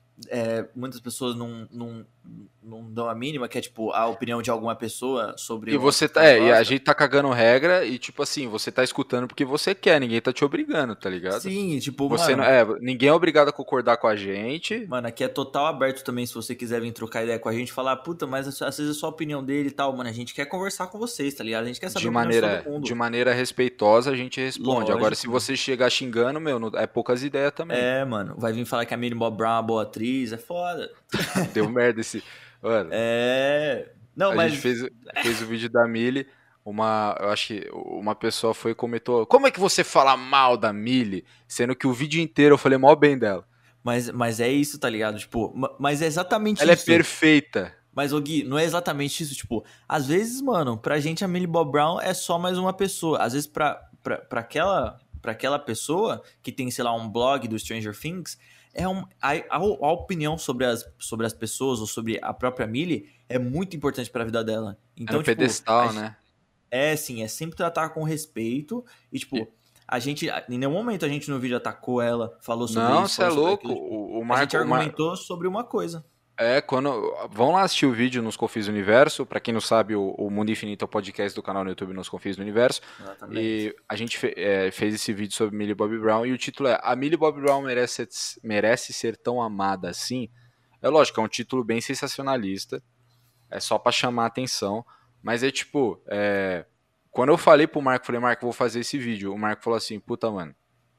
é, muitas pessoas não, não, não dão a mínima, que é, tipo, a opinião de alguma pessoa sobre E um você assunto que tá, ela é, e a gosta. gente tá cagando regra e tipo assim, você tá escutando porque você quer, ninguém tá te obrigando, tá ligado? Sim, tipo, Você não, mano, é, ninguém é obrigado a concordar com a gente. mano, aqui é total aberto também, se você quiser vir trocar ideia com a gente, falar, puta, mas às vezes é só a opinião dele e tal, mano, a gente quer conversar com vocês, tá ligado? A gente quer saber De a opinião de todo maneira, de mundo. maneira respeitosa, a gente responde. Agora, se Lógico. você chegar xingando, meu, não- é poucas ideias também. É, mano, vai vir falar que a Millie Bob Brown é uma boa atriz, é foda. Deu merda esse. Mano, É. Não, a gente mas. fez, fez o vídeo da Millie. Uma, eu acho que uma pessoa foi e comentou: Como é que você fala mal da Millie? Sendo que o vídeo inteiro eu falei mal bem dela. Mas, mas é isso, tá ligado? Tipo, ma- mas é exatamente Ela é isso. perfeita. Mas, ô Gui, não é exatamente isso. Tipo, às vezes, mano, pra gente a Millie Bob Brown é só mais uma pessoa. Às vezes, pra, pra, pra, aquela, pra aquela pessoa que tem, sei lá, um blog do Stranger Things, é um, a, a, a opinião sobre as, sobre as pessoas ou sobre a própria Millie é muito importante pra vida dela. É Então, no tipo, pedestal, a, né? é sim, é sempre tratar com respeito. E, tipo, a gente, em nenhum momento a gente no vídeo atacou ela, falou sobre Não, isso, você é falou sobre louco. aquilo. Tipo, O, o a gente Marco. O Mar... argumentou sobre uma coisa. É, quando. Vão lá assistir o vídeo nos Confins do Universo. Pra quem não sabe, o, o Mundo Infinito é o podcast do canal no YouTube Nos Confins do Universo. Exatamente. E a gente fe- é, fez esse vídeo sobre Millie Bobby Brown. E o título é A Millie Bobby Brown merece, merece ser tão amada assim? É lógico, é um título bem sensacionalista. É só pra chamar a atenção. Mas é tipo. É... Quando eu falei pro Marco, falei, Marco, vou fazer esse vídeo. O Marco falou assim: Puta, mano,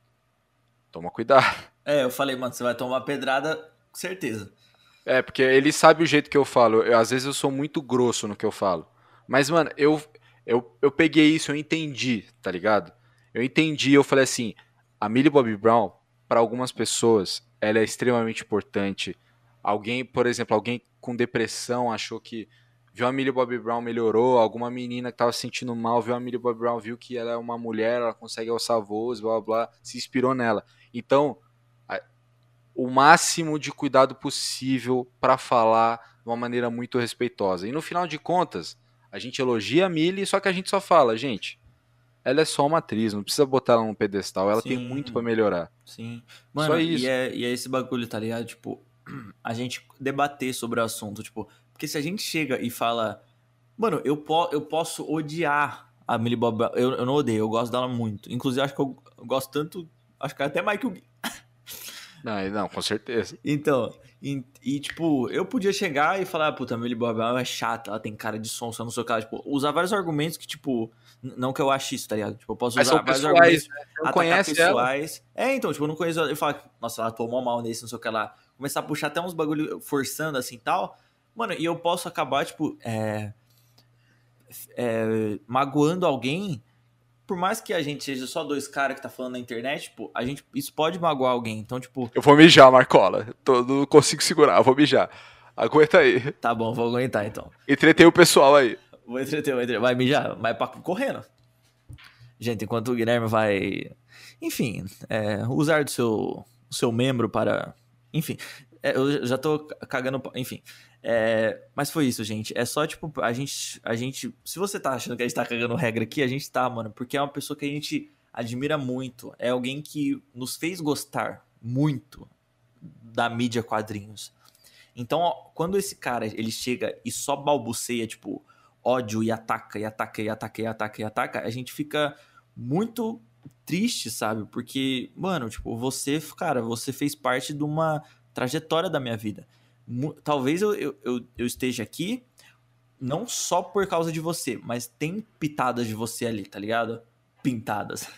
toma cuidado. É, eu falei, mano, você vai tomar pedrada, com certeza. É, porque ele sabe o jeito que eu falo. Eu, às vezes eu sou muito grosso no que eu falo. Mas, mano, eu, eu, eu peguei isso, eu entendi, tá ligado? Eu entendi, eu falei assim, a Millie Bobby Brown, para algumas pessoas, ela é extremamente importante. Alguém, por exemplo, alguém com depressão achou que viu a Millie Bobby Brown melhorou, alguma menina que tava se sentindo mal, viu a Millie Bobby Brown, viu que ela é uma mulher, ela consegue alçar voos, blá blá blá, se inspirou nela. Então, o máximo de cuidado possível para falar de uma maneira muito respeitosa. E no final de contas, a gente elogia a Millie, só que a gente só fala, gente, ela é só uma atriz, não precisa botar ela num pedestal, ela tem muito para Sim, melhorar. sim. Só Mano, e isso. é, e é esse bagulho, tá ligado? Tipo, a gente debater sobre o assunto, tipo, porque se a gente chega e fala, mano, eu, po eu posso odiar a Millie Bob Brown, eu, eu não odeio, eu gosto dela muito. Inclusive, acho que eu, eu gosto tanto, acho que até mais que o Gui. Não, não, com certeza. Então, e, e, tipo, eu podia chegar e falar, puta, a Millie Bob Brown é chata, ela tem cara de sonsa, não sei o que lá, tipo, usar vários argumentos que, tipo, n- não que eu ache isso, tá ligado? Tipo, eu posso Mas usar são vários pessoais, argumentos, né? Você não atacar conhece ela. pessoais. É, então, tipo, eu não conheço ela, eu falo, nossa, ela tomou mal nesse, não sei o que lá. Começar a puxar até uns bagulho forçando assim e tal. Mano, e eu posso acabar, tipo, é, é, magoando alguém. Por mais que a gente seja só dois caras que tá falando na internet, tipo, a gente, isso pode magoar alguém. Então, tipo, Eu vou mijar, Marcola. Tô, não consigo segurar, eu vou mijar. Aguenta aí. tá bom, vou aguentar então. Entretei o pessoal aí. Vou entreter, vou entreter. Vai mijar, vai pra, correndo. Gente, enquanto o Guilherme vai, enfim, é, usar do seu, seu membro para, enfim, é, eu já tô cagando, enfim. É, mas foi isso, gente. É só, tipo, a gente, a gente, se você tá achando que a gente tá cagando regra aqui, a gente tá, mano, porque é uma pessoa que a gente, admira muito. É alguém que nos fez gostar muito da mídia quadrinhos. Então, ó, quando esse cara, ele chega e só balbuceia, tipo, ódio e ataca, e ataca, e ataca, e ataca, e ataca, a gente fica muito triste, sabe? Porque, mano, tipo, você, cara, você fez parte de uma trajetória da minha vida. Mu- Talvez eu, eu, eu, eu esteja aqui não só por causa de você, mas tem pitadas de você ali, tá ligado? Pintadas.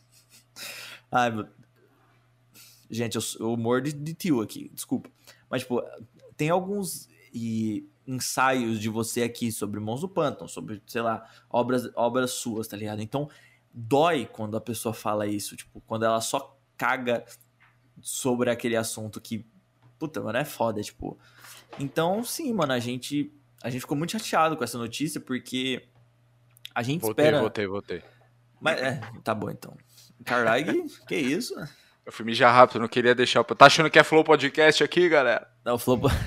Ai, meu... Gente, eu, eu humor de, de tio aqui, desculpa. Mas, tipo, tem alguns e, ensaios de você aqui sobre Mãos do Pântano, sobre, sei lá, obras, obras suas, tá ligado? Então, dói quando a pessoa fala isso, tipo, quando ela só caga sobre aquele assunto que, puta, mano, é foda, tipo. Então, sim, mano, a gente, a gente ficou muito chateado com essa notícia, porque a gente Voltei, espera... voltei, voltei. Mas, é, tá bom, então. Carlag, que isso? Eu fui mijar rápido, não queria deixar... Tá achando que é Flow Podcast aqui, galera? Não, falou... O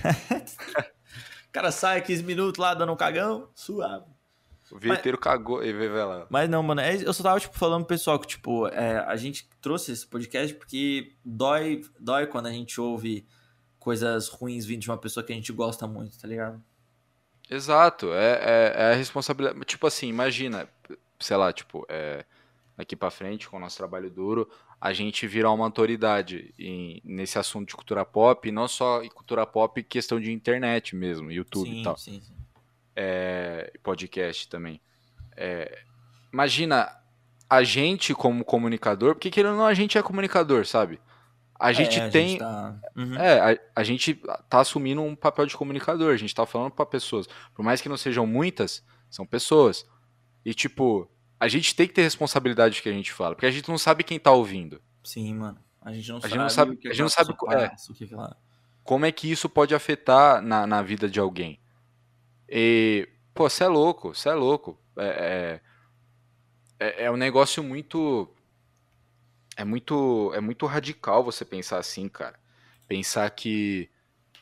cara sai quinze minutos lá dando um cagão, suave. O Vieteiro mas... cagou e veio lá. Mas não, mano, eu só tava, tipo, falando pro pessoal que, tipo, é, a gente trouxe esse podcast porque dói, dói quando a gente ouve coisas ruins vindo de uma pessoa que a gente gosta muito, tá ligado? Exato, é, é, é a responsabilidade. Tipo assim, imagina, sei lá, tipo, é, daqui pra frente, com o nosso trabalho duro, a gente virar uma autoridade em, nesse assunto de cultura pop, e não só em cultura pop, questão de internet mesmo, YouTube sim, e tal. Sim, sim. É, podcast também. É, imagina, a gente como comunicador, porque querendo ou não, a gente é comunicador, sabe? A gente é, a tem... Gente tá... uhum. É, a, a gente tá assumindo um papel de comunicador, a gente tá falando pra pessoas. Por mais que não sejam muitas, são pessoas. E, tipo, a gente tem que ter responsabilidade do que a gente fala, porque a gente não sabe quem tá ouvindo. Sim, mano. A gente não A sabe, gente não sabe, o que a gente não aquela sabe pessoa é, passa, o que ela... como é que isso pode afetar na, na vida de alguém. E, pô, você é louco, você é louco. É, é, é, é um negócio muito... É muito, é muito radical você pensar assim, cara. Pensar que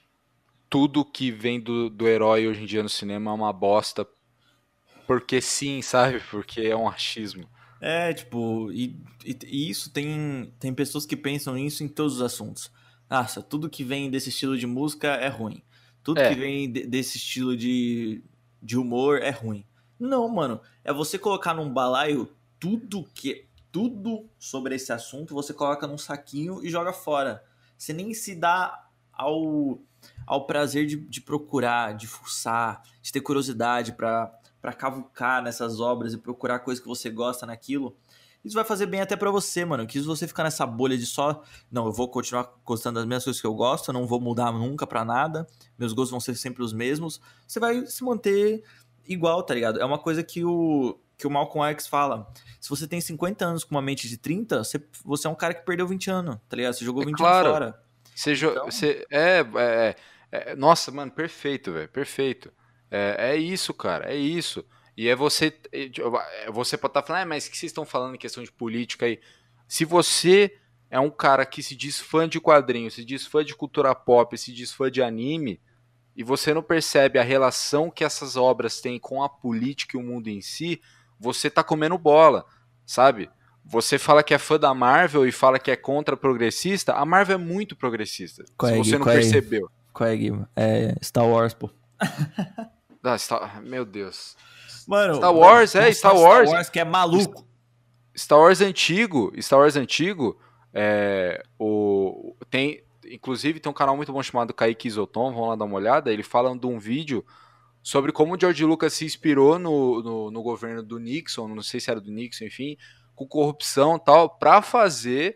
tudo que vem do, do herói hoje em dia no cinema é uma bosta. Porque sim, sabe? Porque é um achismo. É, tipo, e, e, e isso tem, tem pessoas que pensam nisso em todos os assuntos. Nossa, tudo que vem desse estilo de música é ruim. Tudo que É, vem de- desse estilo de, de humor é ruim. Não, mano. É você colocar num balaio tudo que tudo sobre esse assunto, você coloca num saquinho e joga fora. Você nem se dá ao, ao prazer de, de procurar, de fuçar, de ter curiosidade pra para cavucar nessas obras e procurar coisa que você gosta naquilo. Isso vai fazer bem até pra você, mano. Que se você ficar nessa bolha de só, não, eu vou continuar gostando das mesmas coisas que eu gosto, eu não vou mudar nunca pra nada, meus gostos vão ser sempre os mesmos, você vai se manter igual, tá ligado? É uma coisa que o que o Malcolm X fala. Se você tem cinquenta anos com uma mente de trinta, você, você é um cara que perdeu vinte anos, tá ligado? Você jogou é vinte anos claro. fora. Você, Então, você é, é, é- Nossa, mano, perfeito, velho. Perfeito. É, é isso, cara. É isso. E é você. É você pode estar falando, ah, mas o que vocês estão falando em questão de política aí? Se você é um cara que se diz fã de quadrinhos, se diz fã de cultura pop, se diz fã de anime, e você não percebe a relação que essas obras têm com a política e o mundo em si, você tá comendo bola, sabe? Você fala que é fã da Marvel e fala que é contra progressista, a Marvel é muito progressista, se Quag, você não Quag, percebeu. Quag, é Star Wars, pô. Ah, Star... Meu Deus. Mano, Star Wars, mano, é, Star Star Wars. Wars que é maluco. Star Wars antigo, Star Wars antigo, é, o, tem, inclusive tem um canal muito bom chamado Kaique Isoton, vão lá dar uma olhada, ele fala de um vídeo sobre como o George Lucas se inspirou no, no, no governo do Nixon, não sei se era do Nixon, enfim, com corrupção e tal, pra fazer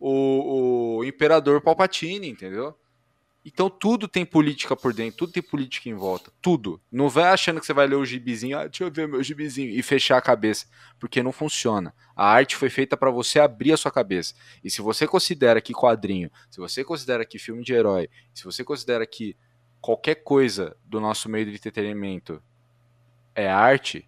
o, o Imperador Palpatine, entendeu? Então tudo tem política por dentro, tudo tem política em volta, tudo. Não vai achando que você vai ler o gibizinho, ah, deixa eu ver meu gibizinho, e fechar a cabeça, porque não funciona. A arte foi feita para você abrir a sua cabeça. E se você considera que quadrinho, se você considera que filme de herói, se você considera que qualquer coisa do nosso meio de entretenimento é arte,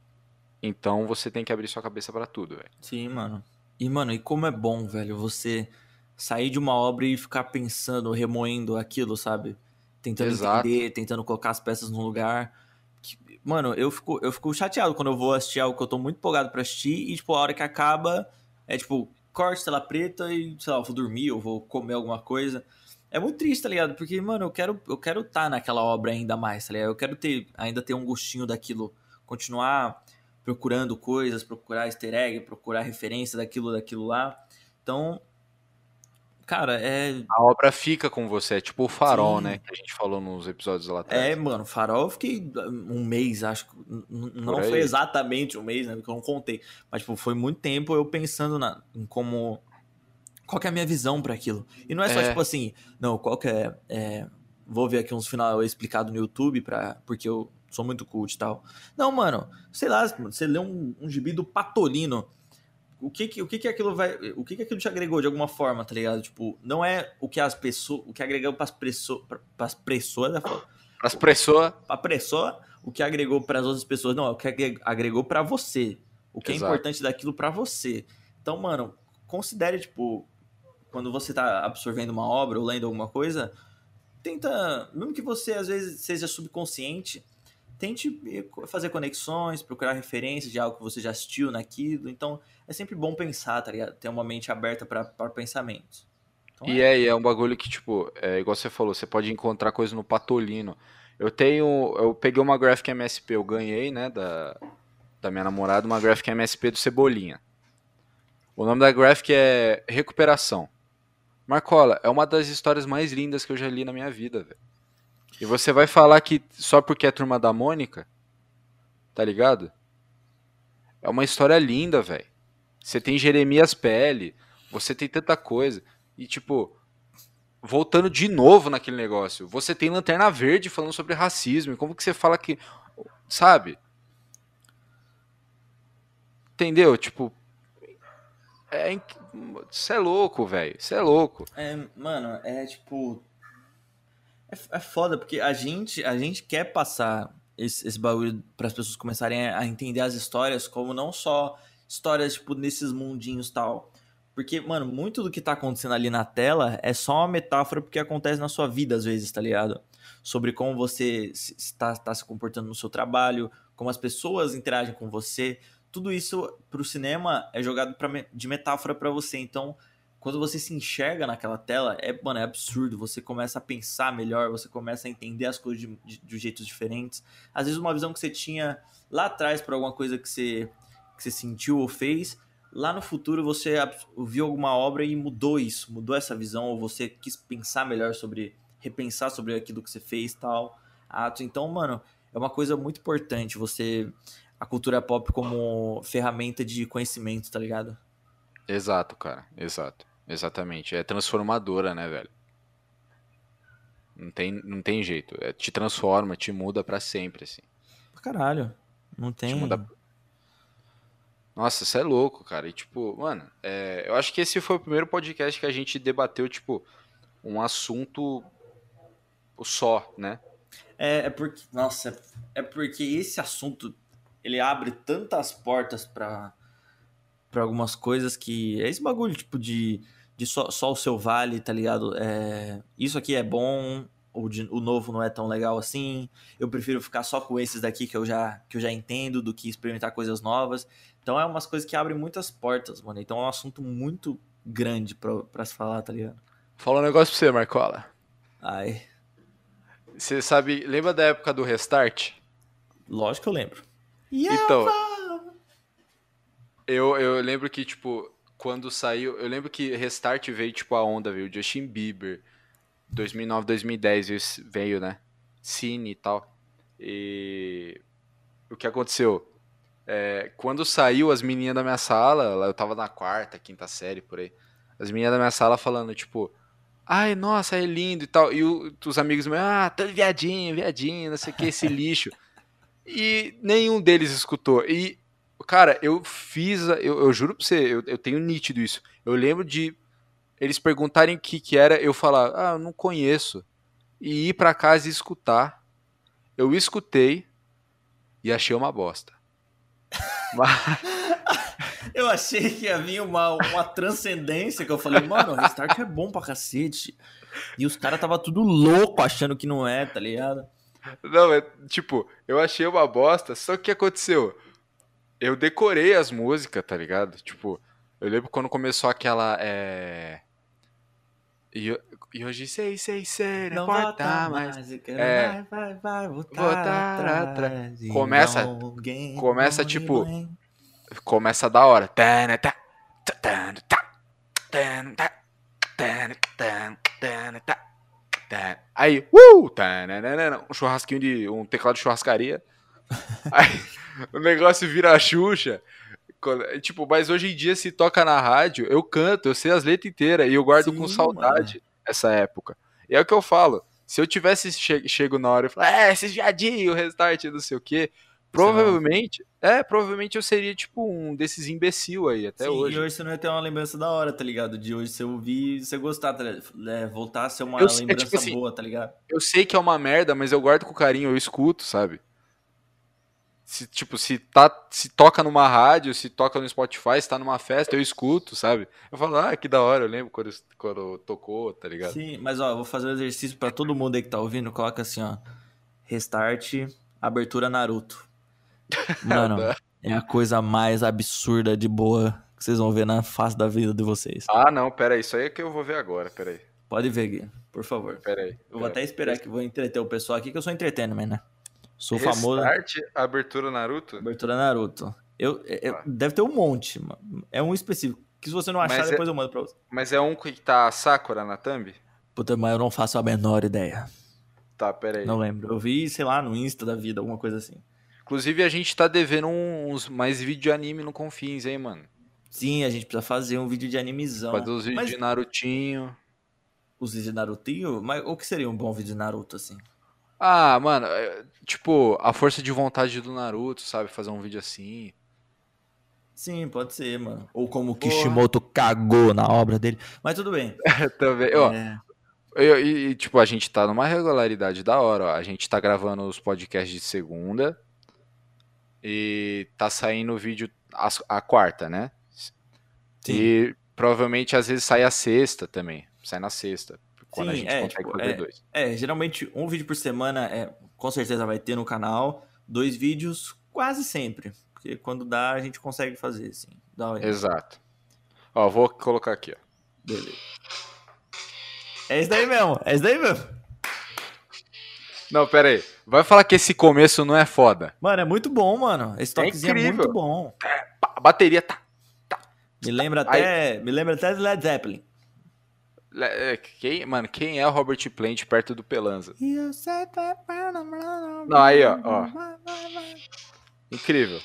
então você tem que abrir sua cabeça para tudo, velho. Sim, mano. E, mano, e como é bom, velho, você sair de uma obra e ficar pensando, remoendo aquilo, sabe? Tentando Exato. entender, tentando colocar as peças no lugar. Que, mano, eu fico, eu fico chateado quando eu vou assistir algo que eu tô muito empolgado pra assistir e, tipo, a hora que acaba É tipo, corte, tela preta e, sei lá, eu vou dormir, eu vou comer alguma coisa. É muito triste, tá ligado? Porque, mano, eu quero eu quero estar naquela obra ainda mais, tá ligado? Eu quero ter, ainda ter um gostinho daquilo, continuar procurando coisas, procurar easter egg, procurar referência daquilo, daquilo lá. Então, cara, é... A obra fica com você, é tipo o Farol, né? Sim, Que a gente falou nos episódios lá é, atrás. mano, Farol eu fiquei um mês, acho que n- n- Por não foi aí. exatamente um mês, né, porque eu não contei, mas tipo, foi muito tempo eu pensando na, em como, qual que é a minha visão pra aquilo. E não é só tipo É, assim, não, qual que é, é, vou ver aqui uns final explicado no YouTube pra, porque eu sou muito cult e tal. Não, mano, sei lá, você lê um, um gibi do Patolino, o que que, o que que aquilo vai, o que que aquilo te agregou de alguma forma, tá ligado? Tipo, não é o que as pessoas, o que agregou pras pessoas, pras pessoas, é foda, as pessoas. a pessoa, o que agregou para as outras pessoas, não, é o que agregou para você. O que é Exato. importante daquilo para você. Então, mano, considere, tipo, quando você tá absorvendo uma obra ou lendo alguma coisa, tenta, mesmo que você às vezes seja subconsciente, tente fazer conexões, procurar referências de algo que você já assistiu naquilo. Então, é sempre bom pensar, tá ligado? Ter uma mente aberta para pensamentos. Então E é. é, e é um bagulho que, tipo, é igual você falou, você pode encontrar coisa no Patolino. Eu tenho. Eu peguei uma Graphic M S P, eu ganhei, né, da, da minha namorada, uma Graphic M S P do Cebolinha. O nome da Graphic é Recuperação. Marcola, é uma das histórias mais lindas que eu já li na minha vida, velho. E você vai falar que só porque é Turma da Mônica, tá ligado? É uma história linda, velho. Você tem Jeremias P L, você tem tanta coisa. E, tipo, voltando de novo naquele negócio, você tem Lanterna Verde falando sobre racismo. E como que você fala que. Sabe? Entendeu? Tipo. É. Você é louco, velho. Você é louco. É, mano, é tipo, É, é foda, porque a gente, a gente quer passar esse, esse bagulho para as pessoas começarem a entender as histórias como não só histórias, tipo, nesses mundinhos e tal. Porque, mano, muito do que tá acontecendo ali na tela é só uma metáfora porque acontece na sua vida, às vezes, tá ligado? Sobre como você se- está tá se comportando no seu trabalho, como as pessoas interagem com você. Tudo isso pro cinema é jogado pra, me- de metáfora para você. Então, quando você se enxerga naquela tela, é, mano, é absurdo. Você começa a pensar melhor, você começa a entender as coisas de, de, de jeitos diferentes. Às vezes uma visão que você tinha lá atrás para alguma coisa que você, que você sentiu ou fez, lá no futuro você viu alguma obra e mudou isso, mudou essa visão, ou você quis pensar melhor sobre, repensar sobre aquilo que você fez, tal, atos. Então, mano, é uma coisa muito importante você, a cultura pop como ferramenta de conhecimento, tá ligado? Exato, cara. Exato. Exatamente. É transformadora, né, velho? Não tem, não tem jeito. É, te transforma, te muda pra sempre, assim. Pra caralho. Não Te muda. tem. Nossa, você é louco, cara. E, tipo, mano, é, eu acho que esse foi o primeiro podcast que a gente debateu, tipo, um assunto só, né? É, é porque, nossa, é porque esse assunto ele abre tantas portas pra para algumas coisas que é esse bagulho tipo de, de só, só o seu vale, tá ligado? É, isso aqui é bom, o, de- o novo não é tão legal assim. Eu prefiro ficar só com esses daqui que eu já que eu já entendo do que experimentar coisas novas. Então é umas coisas que abrem muitas portas, mano. Então é um assunto muito grande pra, pra se falar, tá ligado? Fala um negócio pra você, Marcola. Ai, Você sabe, lembra da época do Restart? lógico que eu lembro. Então, Yava! eu, eu lembro que, tipo, quando saiu. Eu lembro que Restart veio, tipo, a onda, veio Justin Bieber. dois mil e nove, dois mil e dez veio, veio, né? Cine e tal. E o que aconteceu? É, quando saiu, as meninas da minha sala, lá eu tava na quarta, quinta série, por aí. As meninas da minha sala falando, tipo, ai, nossa, é lindo e tal. E o- os amigos meus, ah, tá viadinho, viadinho, não sei o que, esse lixo. E nenhum deles escutou. E, cara, eu fiz, a- eu, eu juro pra você, eu, eu tenho nítido isso. Eu lembro de eles perguntarem o que que era, eu falar, ah, eu não conheço. E ir pra casa e escutar. Eu escutei e achei uma bosta. Mas, Eu achei que ia vir uma, uma transcendência que eu falei, mano, o Restart é bom pra cacete. E os caras tava tudo louco achando que não é, tá ligado? não, é, tipo, eu achei uma bosta, só que o que aconteceu? Eu decorei as músicas, tá ligado? Tipo, Eu lembro quando começou aquela. É... E, ho- e hoje sei, sei, sei, não Não volta importa mais. mais, eu quero É. vai, vai, vai voltar Voltar atrás. atrás e Começa. alguém, Começa lonely, tipo. lonely. Começa da hora. Tana, tá, tá, tana, tá, tana, tá, tana, tana, tana, tá, tana. Aí, uh! Tananana, um churrasquinho de. Um teclado de churrascaria. Aí o negócio vira a Xuxa. Quando- Tipo, mas hoje em dia se toca na rádio, eu canto, eu sei as letras inteiras e eu guardo com Sim, mano. saudade essa época. E é o que eu falo. Se eu tivesse che chego na hora e falar, é, esses viadinhos, restart, não sei o quê, Você não. provavelmente, é, provavelmente eu seria tipo um desses imbecil aí até Sim, e hoje. hoje você não ia ter uma lembrança da hora, tá ligado? De hoje você ouvir e você gostar, tá ligado? É, voltar a ser Eu, uma é tipo lembrança assim, boa, tá ligado? eu sei que é uma merda, mas eu guardo com carinho, eu escuto, sabe? Se, tipo, se, tá, se toca numa rádio, se toca no Spotify, se tá numa festa, eu escuto, sabe? Eu falo, ah, que da hora, eu lembro quando, quando tocou, tá ligado? Sim, mas ó, eu vou fazer um exercício pra todo mundo aí que tá ouvindo. Coloca assim, ó. Restart, abertura Naruto. Mano, Da- é a coisa mais absurda de boa que vocês vão ver na face da vida de vocês. Ah, não, pera aí, isso aí é que eu vou ver agora, pera aí, Pode ver, Gui, por favor. pera aí, Eu vou pera até aí. esperar Res- que eu vou entreter o pessoal aqui, que eu sou entretenimento, né? Sou famoso. Restart, abertura Naruto? Abertura Naruto. Eu, eu- Ah, deve ter um monte, mano. É um específico. Que se você não achar, Mas é, depois eu mando pra você. mas é um que tá a Sakura na thumb? Puta, mas eu não faço a menor ideia. Tá, pera Não aí. lembro. Eu vi, sei lá, no Insta da vida, alguma coisa assim. Inclusive a gente tá devendo uns mais vídeos de anime no Confins, hein, mano? Sim, a gente precisa fazer um vídeo de Fazer animizão. os vídeos de Mas Narutinho. os vídeos de Narutinho? Mas o que seria um bom vídeo de Naruto, assim? Ah, mano, é, tipo, a força de vontade do Naruto, sabe? Fazer um vídeo assim. Sim, pode ser, mano. Ou como o Porra. Kishimoto cagou na obra dele. Mas tudo bem. Também, ó. É, eu- e, e, tipo, a gente tá numa regularidade da hora, ó. A gente tá gravando os podcasts de segunda e tá saindo o vídeo às- a, quarta, né? sim. E provavelmente às vezes sai a sexta também. Sai na sexta, quando a Sim, gente é, consegue tipo, fazer é, dois. é, geralmente um vídeo por semana é, com certeza vai ter no canal, dois vídeos quase sempre, porque quando dá a gente consegue fazer, assim, dá uma ideia. Exato. Ó, vou colocar aqui, ó. Beleza. É isso daí mesmo, é isso daí mesmo. Não, pera aí. Vai falar que esse começo não é foda. Mano, é muito bom, mano, esse É toquezinho é muito incrível. bom. A bateria tá. Me lembra Aí, até, me lembra até de Led Zeppelin. é, quem, mano, quem é o Robert Plant perto do Pelanza? You said that- Não, aí, ó, ó. Incrível.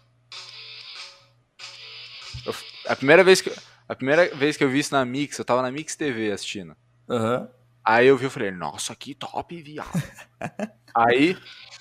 Eu- a primeira vez que a primeira vez que eu vi isso na Mix, eu tava na Mix T V assistindo. Aham. Aí eu vi, eu falei, nossa, que top, viado. Aí,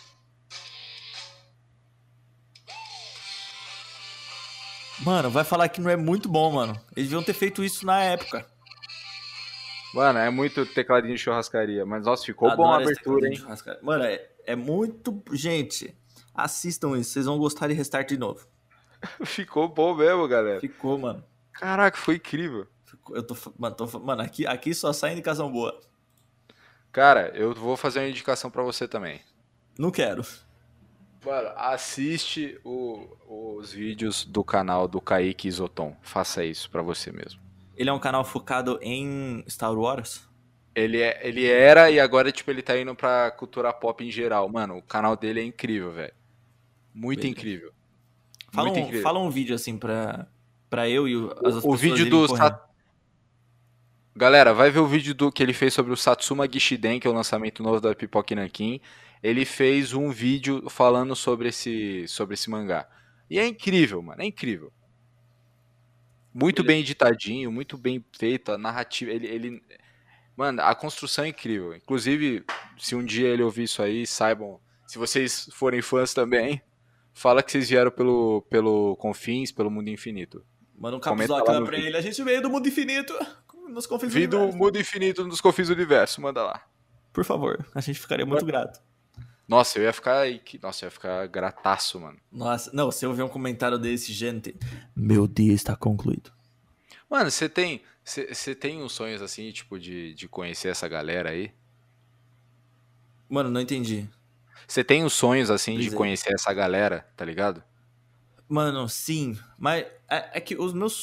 Mano, vai falar que não é muito bom, mano. Eles deviam ter feito isso na época. mano, é muito tecladinho de churrascaria, mas nossa, ficou bom a Adoro esse abertura, tecladinho de hein? churrascaria. Mano, é, é muito. Gente, assistam isso, vocês vão gostar de Restart de novo. Ficou bom mesmo, galera. Ficou, mano. Caraca, foi incrível. Ficou- eu tô. fa- Mano, tô fa- mano, aqui, aqui só sai indicação boa. Cara, eu vou fazer uma indicação pra você também. Não quero. Mano, assiste o- os vídeos do canal do Kaique Isoton. Faça isso pra você mesmo. Ele é um canal focado em Star Wars. Ele, é, ele era e agora, tipo, ele tá indo pra cultura pop em geral. Mano, o canal dele é incrível, velho. Muito Beleza. incrível. Fala Muito um, incrível. fala um vídeo assim pra, pra eu e o- as outras O pessoas vídeo irem do correndo. Sat- Galera, vai ver o vídeo do que ele fez sobre o Satsuma Gishiden, que é o lançamento novo da Pipoca Nankin. Ele fez um vídeo falando sobre esse, sobre esse mangá. E é incrível, mano. É incrível. Muito Beleza. bem editadinho, muito bem feito. A narrativa. Ele, ele... Mano, a construção é incrível. Inclusive, se um dia ele ouvir isso aí, saibam. Se vocês forem fãs também, fala que vocês vieram pelo, pelo Confins, pelo Mundo Infinito. Manda um Comenta capslock lá lá no pra vídeo. ele. A gente veio do mundo infinito. Nos confins do Vi do universo. Mundo Infinito dos Confins do Universo, manda lá. Por favor, a gente ficaria muito grato. Nossa, eu ia ficar. Nossa, eu ia ficar grataço, mano. Nossa, não, se eu ver um comentário desse, gente, meu dia está concluído. Mano, você tem. Você tem uns sonhos assim, tipo, de, de conhecer essa galera aí? Mano, não entendi. Você tem uns sonhos assim de Diz aí. conhecer essa galera, tá ligado? Mano, sim, mas é, é que os meus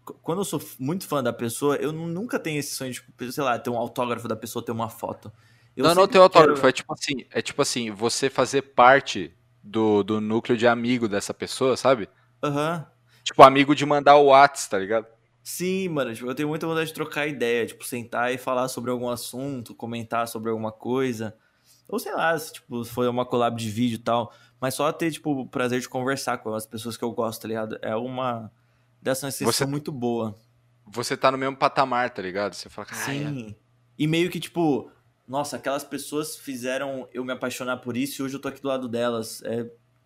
quando eu sou muito fã da pessoa, eu nunca tenho esse sonho de, tipo, sei lá, ter um autógrafo da pessoa, ter uma foto. Eu Não, não sempre ter autógrafo, quero... é tipo assim, é tipo assim, você fazer parte do, do núcleo de amigo dessa pessoa, sabe? Aham. Tipo, amigo de mandar o Whats, tá ligado? Sim, mano, tipo, eu tenho muita vontade de trocar ideia, tipo, sentar e falar sobre algum assunto, comentar sobre alguma coisa. Ou sei lá, se tipo, se for uma collab de vídeo e tal. Mas só ter, tipo, o prazer de conversar com as pessoas que eu gosto, tá ligado? É uma dessa Você, sensação muito boa. você tá no mesmo patamar, tá ligado? Você fala, caralho, Sim. E meio que, tipo, nossa, aquelas pessoas fizeram eu me apaixonar por isso e hoje eu tô aqui do lado delas. É,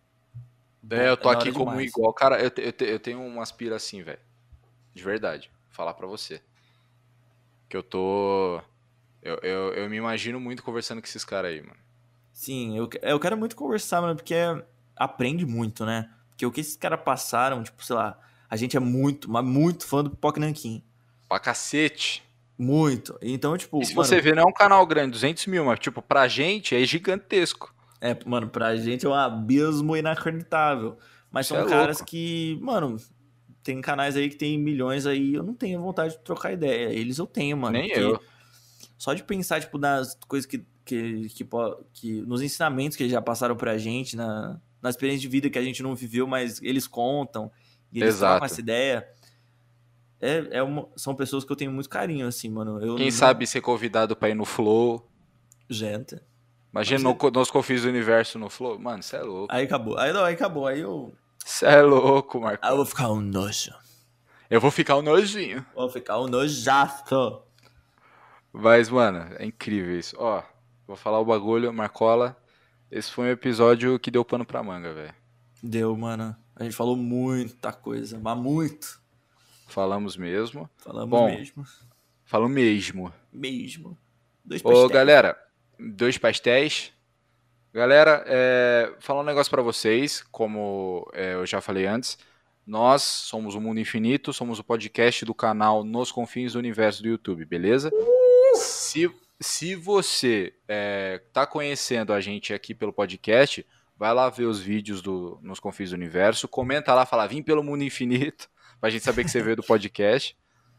é, bom, eu é tô da aqui hora como um demais. igual. Cara, eu, te- eu, te- eu tenho uma aspira assim, velho. De verdade. Falar pra você. Que eu tô. Eu, eu, eu me imagino muito conversando com esses caras aí, mano. Sim, eu, que- eu quero muito conversar, mano, porque é- aprende muito, né? Porque o que esses caras passaram, tipo, sei lá, a gente é muito, mas muito fã do Pipoca Nanquim. Pra cacete. Muito. Então, E tipo, se você mano, ver, não é um canal grande, duzentos mil, mas, tipo, pra gente é gigantesco. é, mano, pra gente é um abismo inacreditável. Mas Isso são é caras louco. que, mano, tem canais aí que tem milhões aí, eu não tenho vontade de trocar ideia. Eles eu tenho, mano, Nem porque eu. só de pensar, tipo, nas coisas que, que, que, po- que nos ensinamentos que eles já passaram pra gente, na, na experiência de vida que a gente não viveu, mas eles contam e eles trocam essa Exato. ideia, é, é uma- são pessoas que eu tenho muito carinho, assim, mano. Eu Quem não. sabe ser convidado pra ir no Flow. Gente. Imagina no, Imagina. nos confins do universo no Flow. Mano, você é louco. Aí acabou. Aí não, aí acabou. Aí eu. Você é louco, Aí eu vou Marcola. ficar um nojo. Eu vou ficar um nojinho. Vou ficar um nojaço. Mas, mano, é incrível isso. Ó, vou falar o bagulho, Marcola. Esse foi um episódio que deu pano pra manga, velho. Deu, mano. A gente falou muita coisa, mas muito. Falamos mesmo. Falamos Bom, mesmo. falo mesmo. Mesmo. Dois Ô, pastéis. galera, dois pastéis. Galera, é, falar um negócio pra vocês, como é, eu já falei antes, nós somos o Mundo Infinito, somos o podcast do canal Nos Confins do Universo do YouTube, beleza? Se, se você é, tá conhecendo a gente aqui pelo podcast, vai lá ver os vídeos do Nos Confins do Universo, comenta lá, fala, vim pelo Mundo Infinito, pra gente saber que você veio do podcast.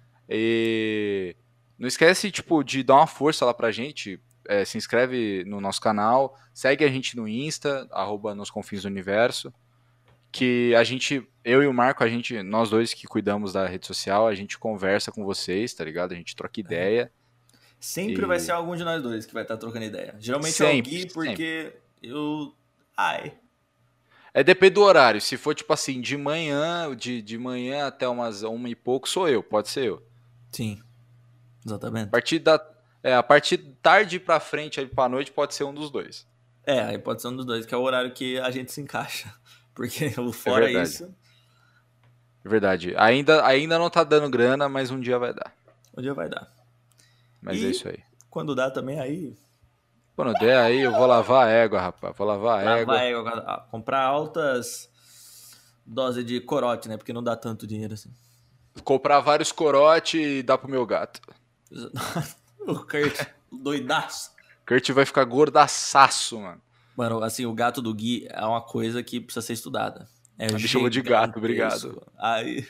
E não esquece, tipo, de dar uma força lá pra gente. É, se inscreve no nosso canal, segue a gente no Insta, arroba Nos Confins do Universo. Que a gente, eu e o Marco, a gente, nós dois que cuidamos da rede social, a gente conversa com vocês, tá ligado? A gente troca ideia. Sempre vai ser E algum de nós dois que vai estar trocando ideia. Geralmente é o sempre, Gui, sempre. porque eu. Ai. É depende do horário. Se for tipo assim, de manhã, de, de manhã até umas uma e pouco, sou eu, pode ser eu. Sim, A exatamente. partir da, é, a partir tarde pra frente, aí pra noite, pode ser um dos dois. É, aí pode ser um dos dois, que é o horário que a gente se encaixa. Porque É fora verdade. isso, É verdade. Ainda, ainda não tá dando grana, mas um dia vai dar. o dia vai dar. Mas é E isso aí. quando dá também, aí Quando der aí, eu vou lavar a égua, rapaz. Vou lavar a lavar égua. égua, ah, comprar altas doses de corote, né? Porque não dá tanto dinheiro assim. Comprar vários corote e dar pro meu gato. O Kurt, doidaço. Kurt vai ficar gordaçaço, mano. Mano, assim, o gato do Gui é uma coisa que precisa ser estudada. É Me chamou de gato, obrigado. gigantesco. Aí.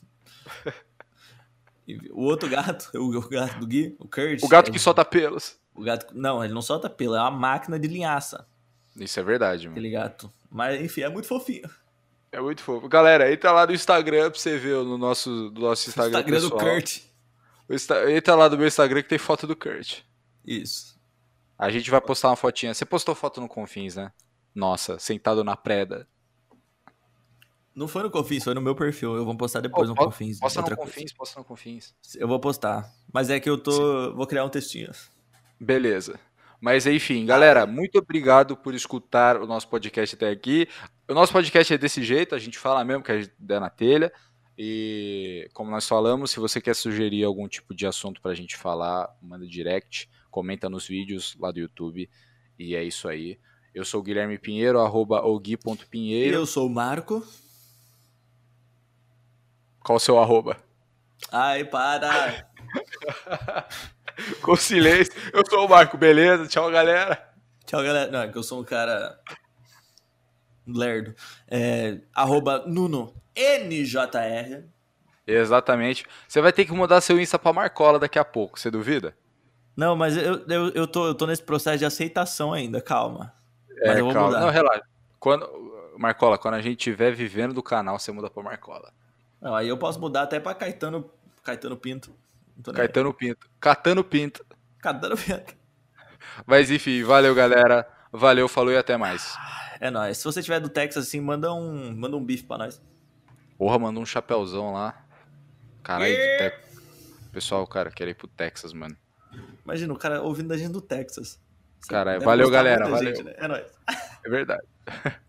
O outro gato, o gato do Gui, o Kurt. O gato é- que solta pelos. O gato. Não, ele não solta pelo, é uma máquina de linhaça, Isso é verdade, mano. aquele gato. Mas, enfim, é muito fofinho. É muito fofo. Galera, entra lá no Instagram pra você ver no nosso, no nosso O Instagram Instagram do pessoal. Kurt. O Insta- Entra lá no meu Instagram que tem foto do Kurt. Isso. A gente vai postar uma fotinha. Você postou foto no Confins, né? Nossa, sentado na preda. Não foi no Confins, foi no meu perfil. Eu vou postar Pô, depois no po- Confins. posta no Outra coisa. Confins, posta no Confins. Eu vou postar. Mas é que eu tô. Vou criar um textinho. Beleza. Mas enfim, galera, muito obrigado por escutar o nosso podcast até aqui. O nosso podcast é desse jeito, a gente fala mesmo que a gente der na telha. E como nós falamos, se você quer sugerir algum tipo de assunto pra gente falar, manda direct, comenta nos vídeos lá do YouTube. E é isso aí. Eu sou o Guilherme Pinheiro, arroba ogui ponto pinheiro. Eu sou o Marco. Qual o seu arroba? Ai, para! Com silêncio. Eu sou o Marco, beleza? Tchau, galera. Tchau, galera. Não, é que eu sou um cara lerdo. É, arroba Nuno N J R. Exatamente. Você vai ter que mudar seu Insta pra Marcola daqui a pouco, você duvida? Não, mas eu, eu, eu, tô, eu tô nesse processo de aceitação ainda, calma. Mas É, eu vou calma. Não, mudar. relaxa. Quando, Marcola, quando a gente estiver vivendo do canal, você muda pra Marcola. Não, aí eu posso mudar até pra Caetano, Caetano Pinto. Não tô nem aí. Caetano Pinto. Catano Pinto. Caetano Pinto. Mas enfim, valeu, galera. Valeu, falou e até mais. É nóis. Se você tiver do Texas, assim, manda um, manda um bife pra nós. Porra, mandou um chapéuzão lá. Caralho, do Yeah! Texas. Pessoal, cara, quero ir pro Texas, mano. Imagina, o cara ouvindo a gente do Texas. Você Caralho, deve valeu, gostar muito galera. da Valeu. gente, né? É nóis. É verdade.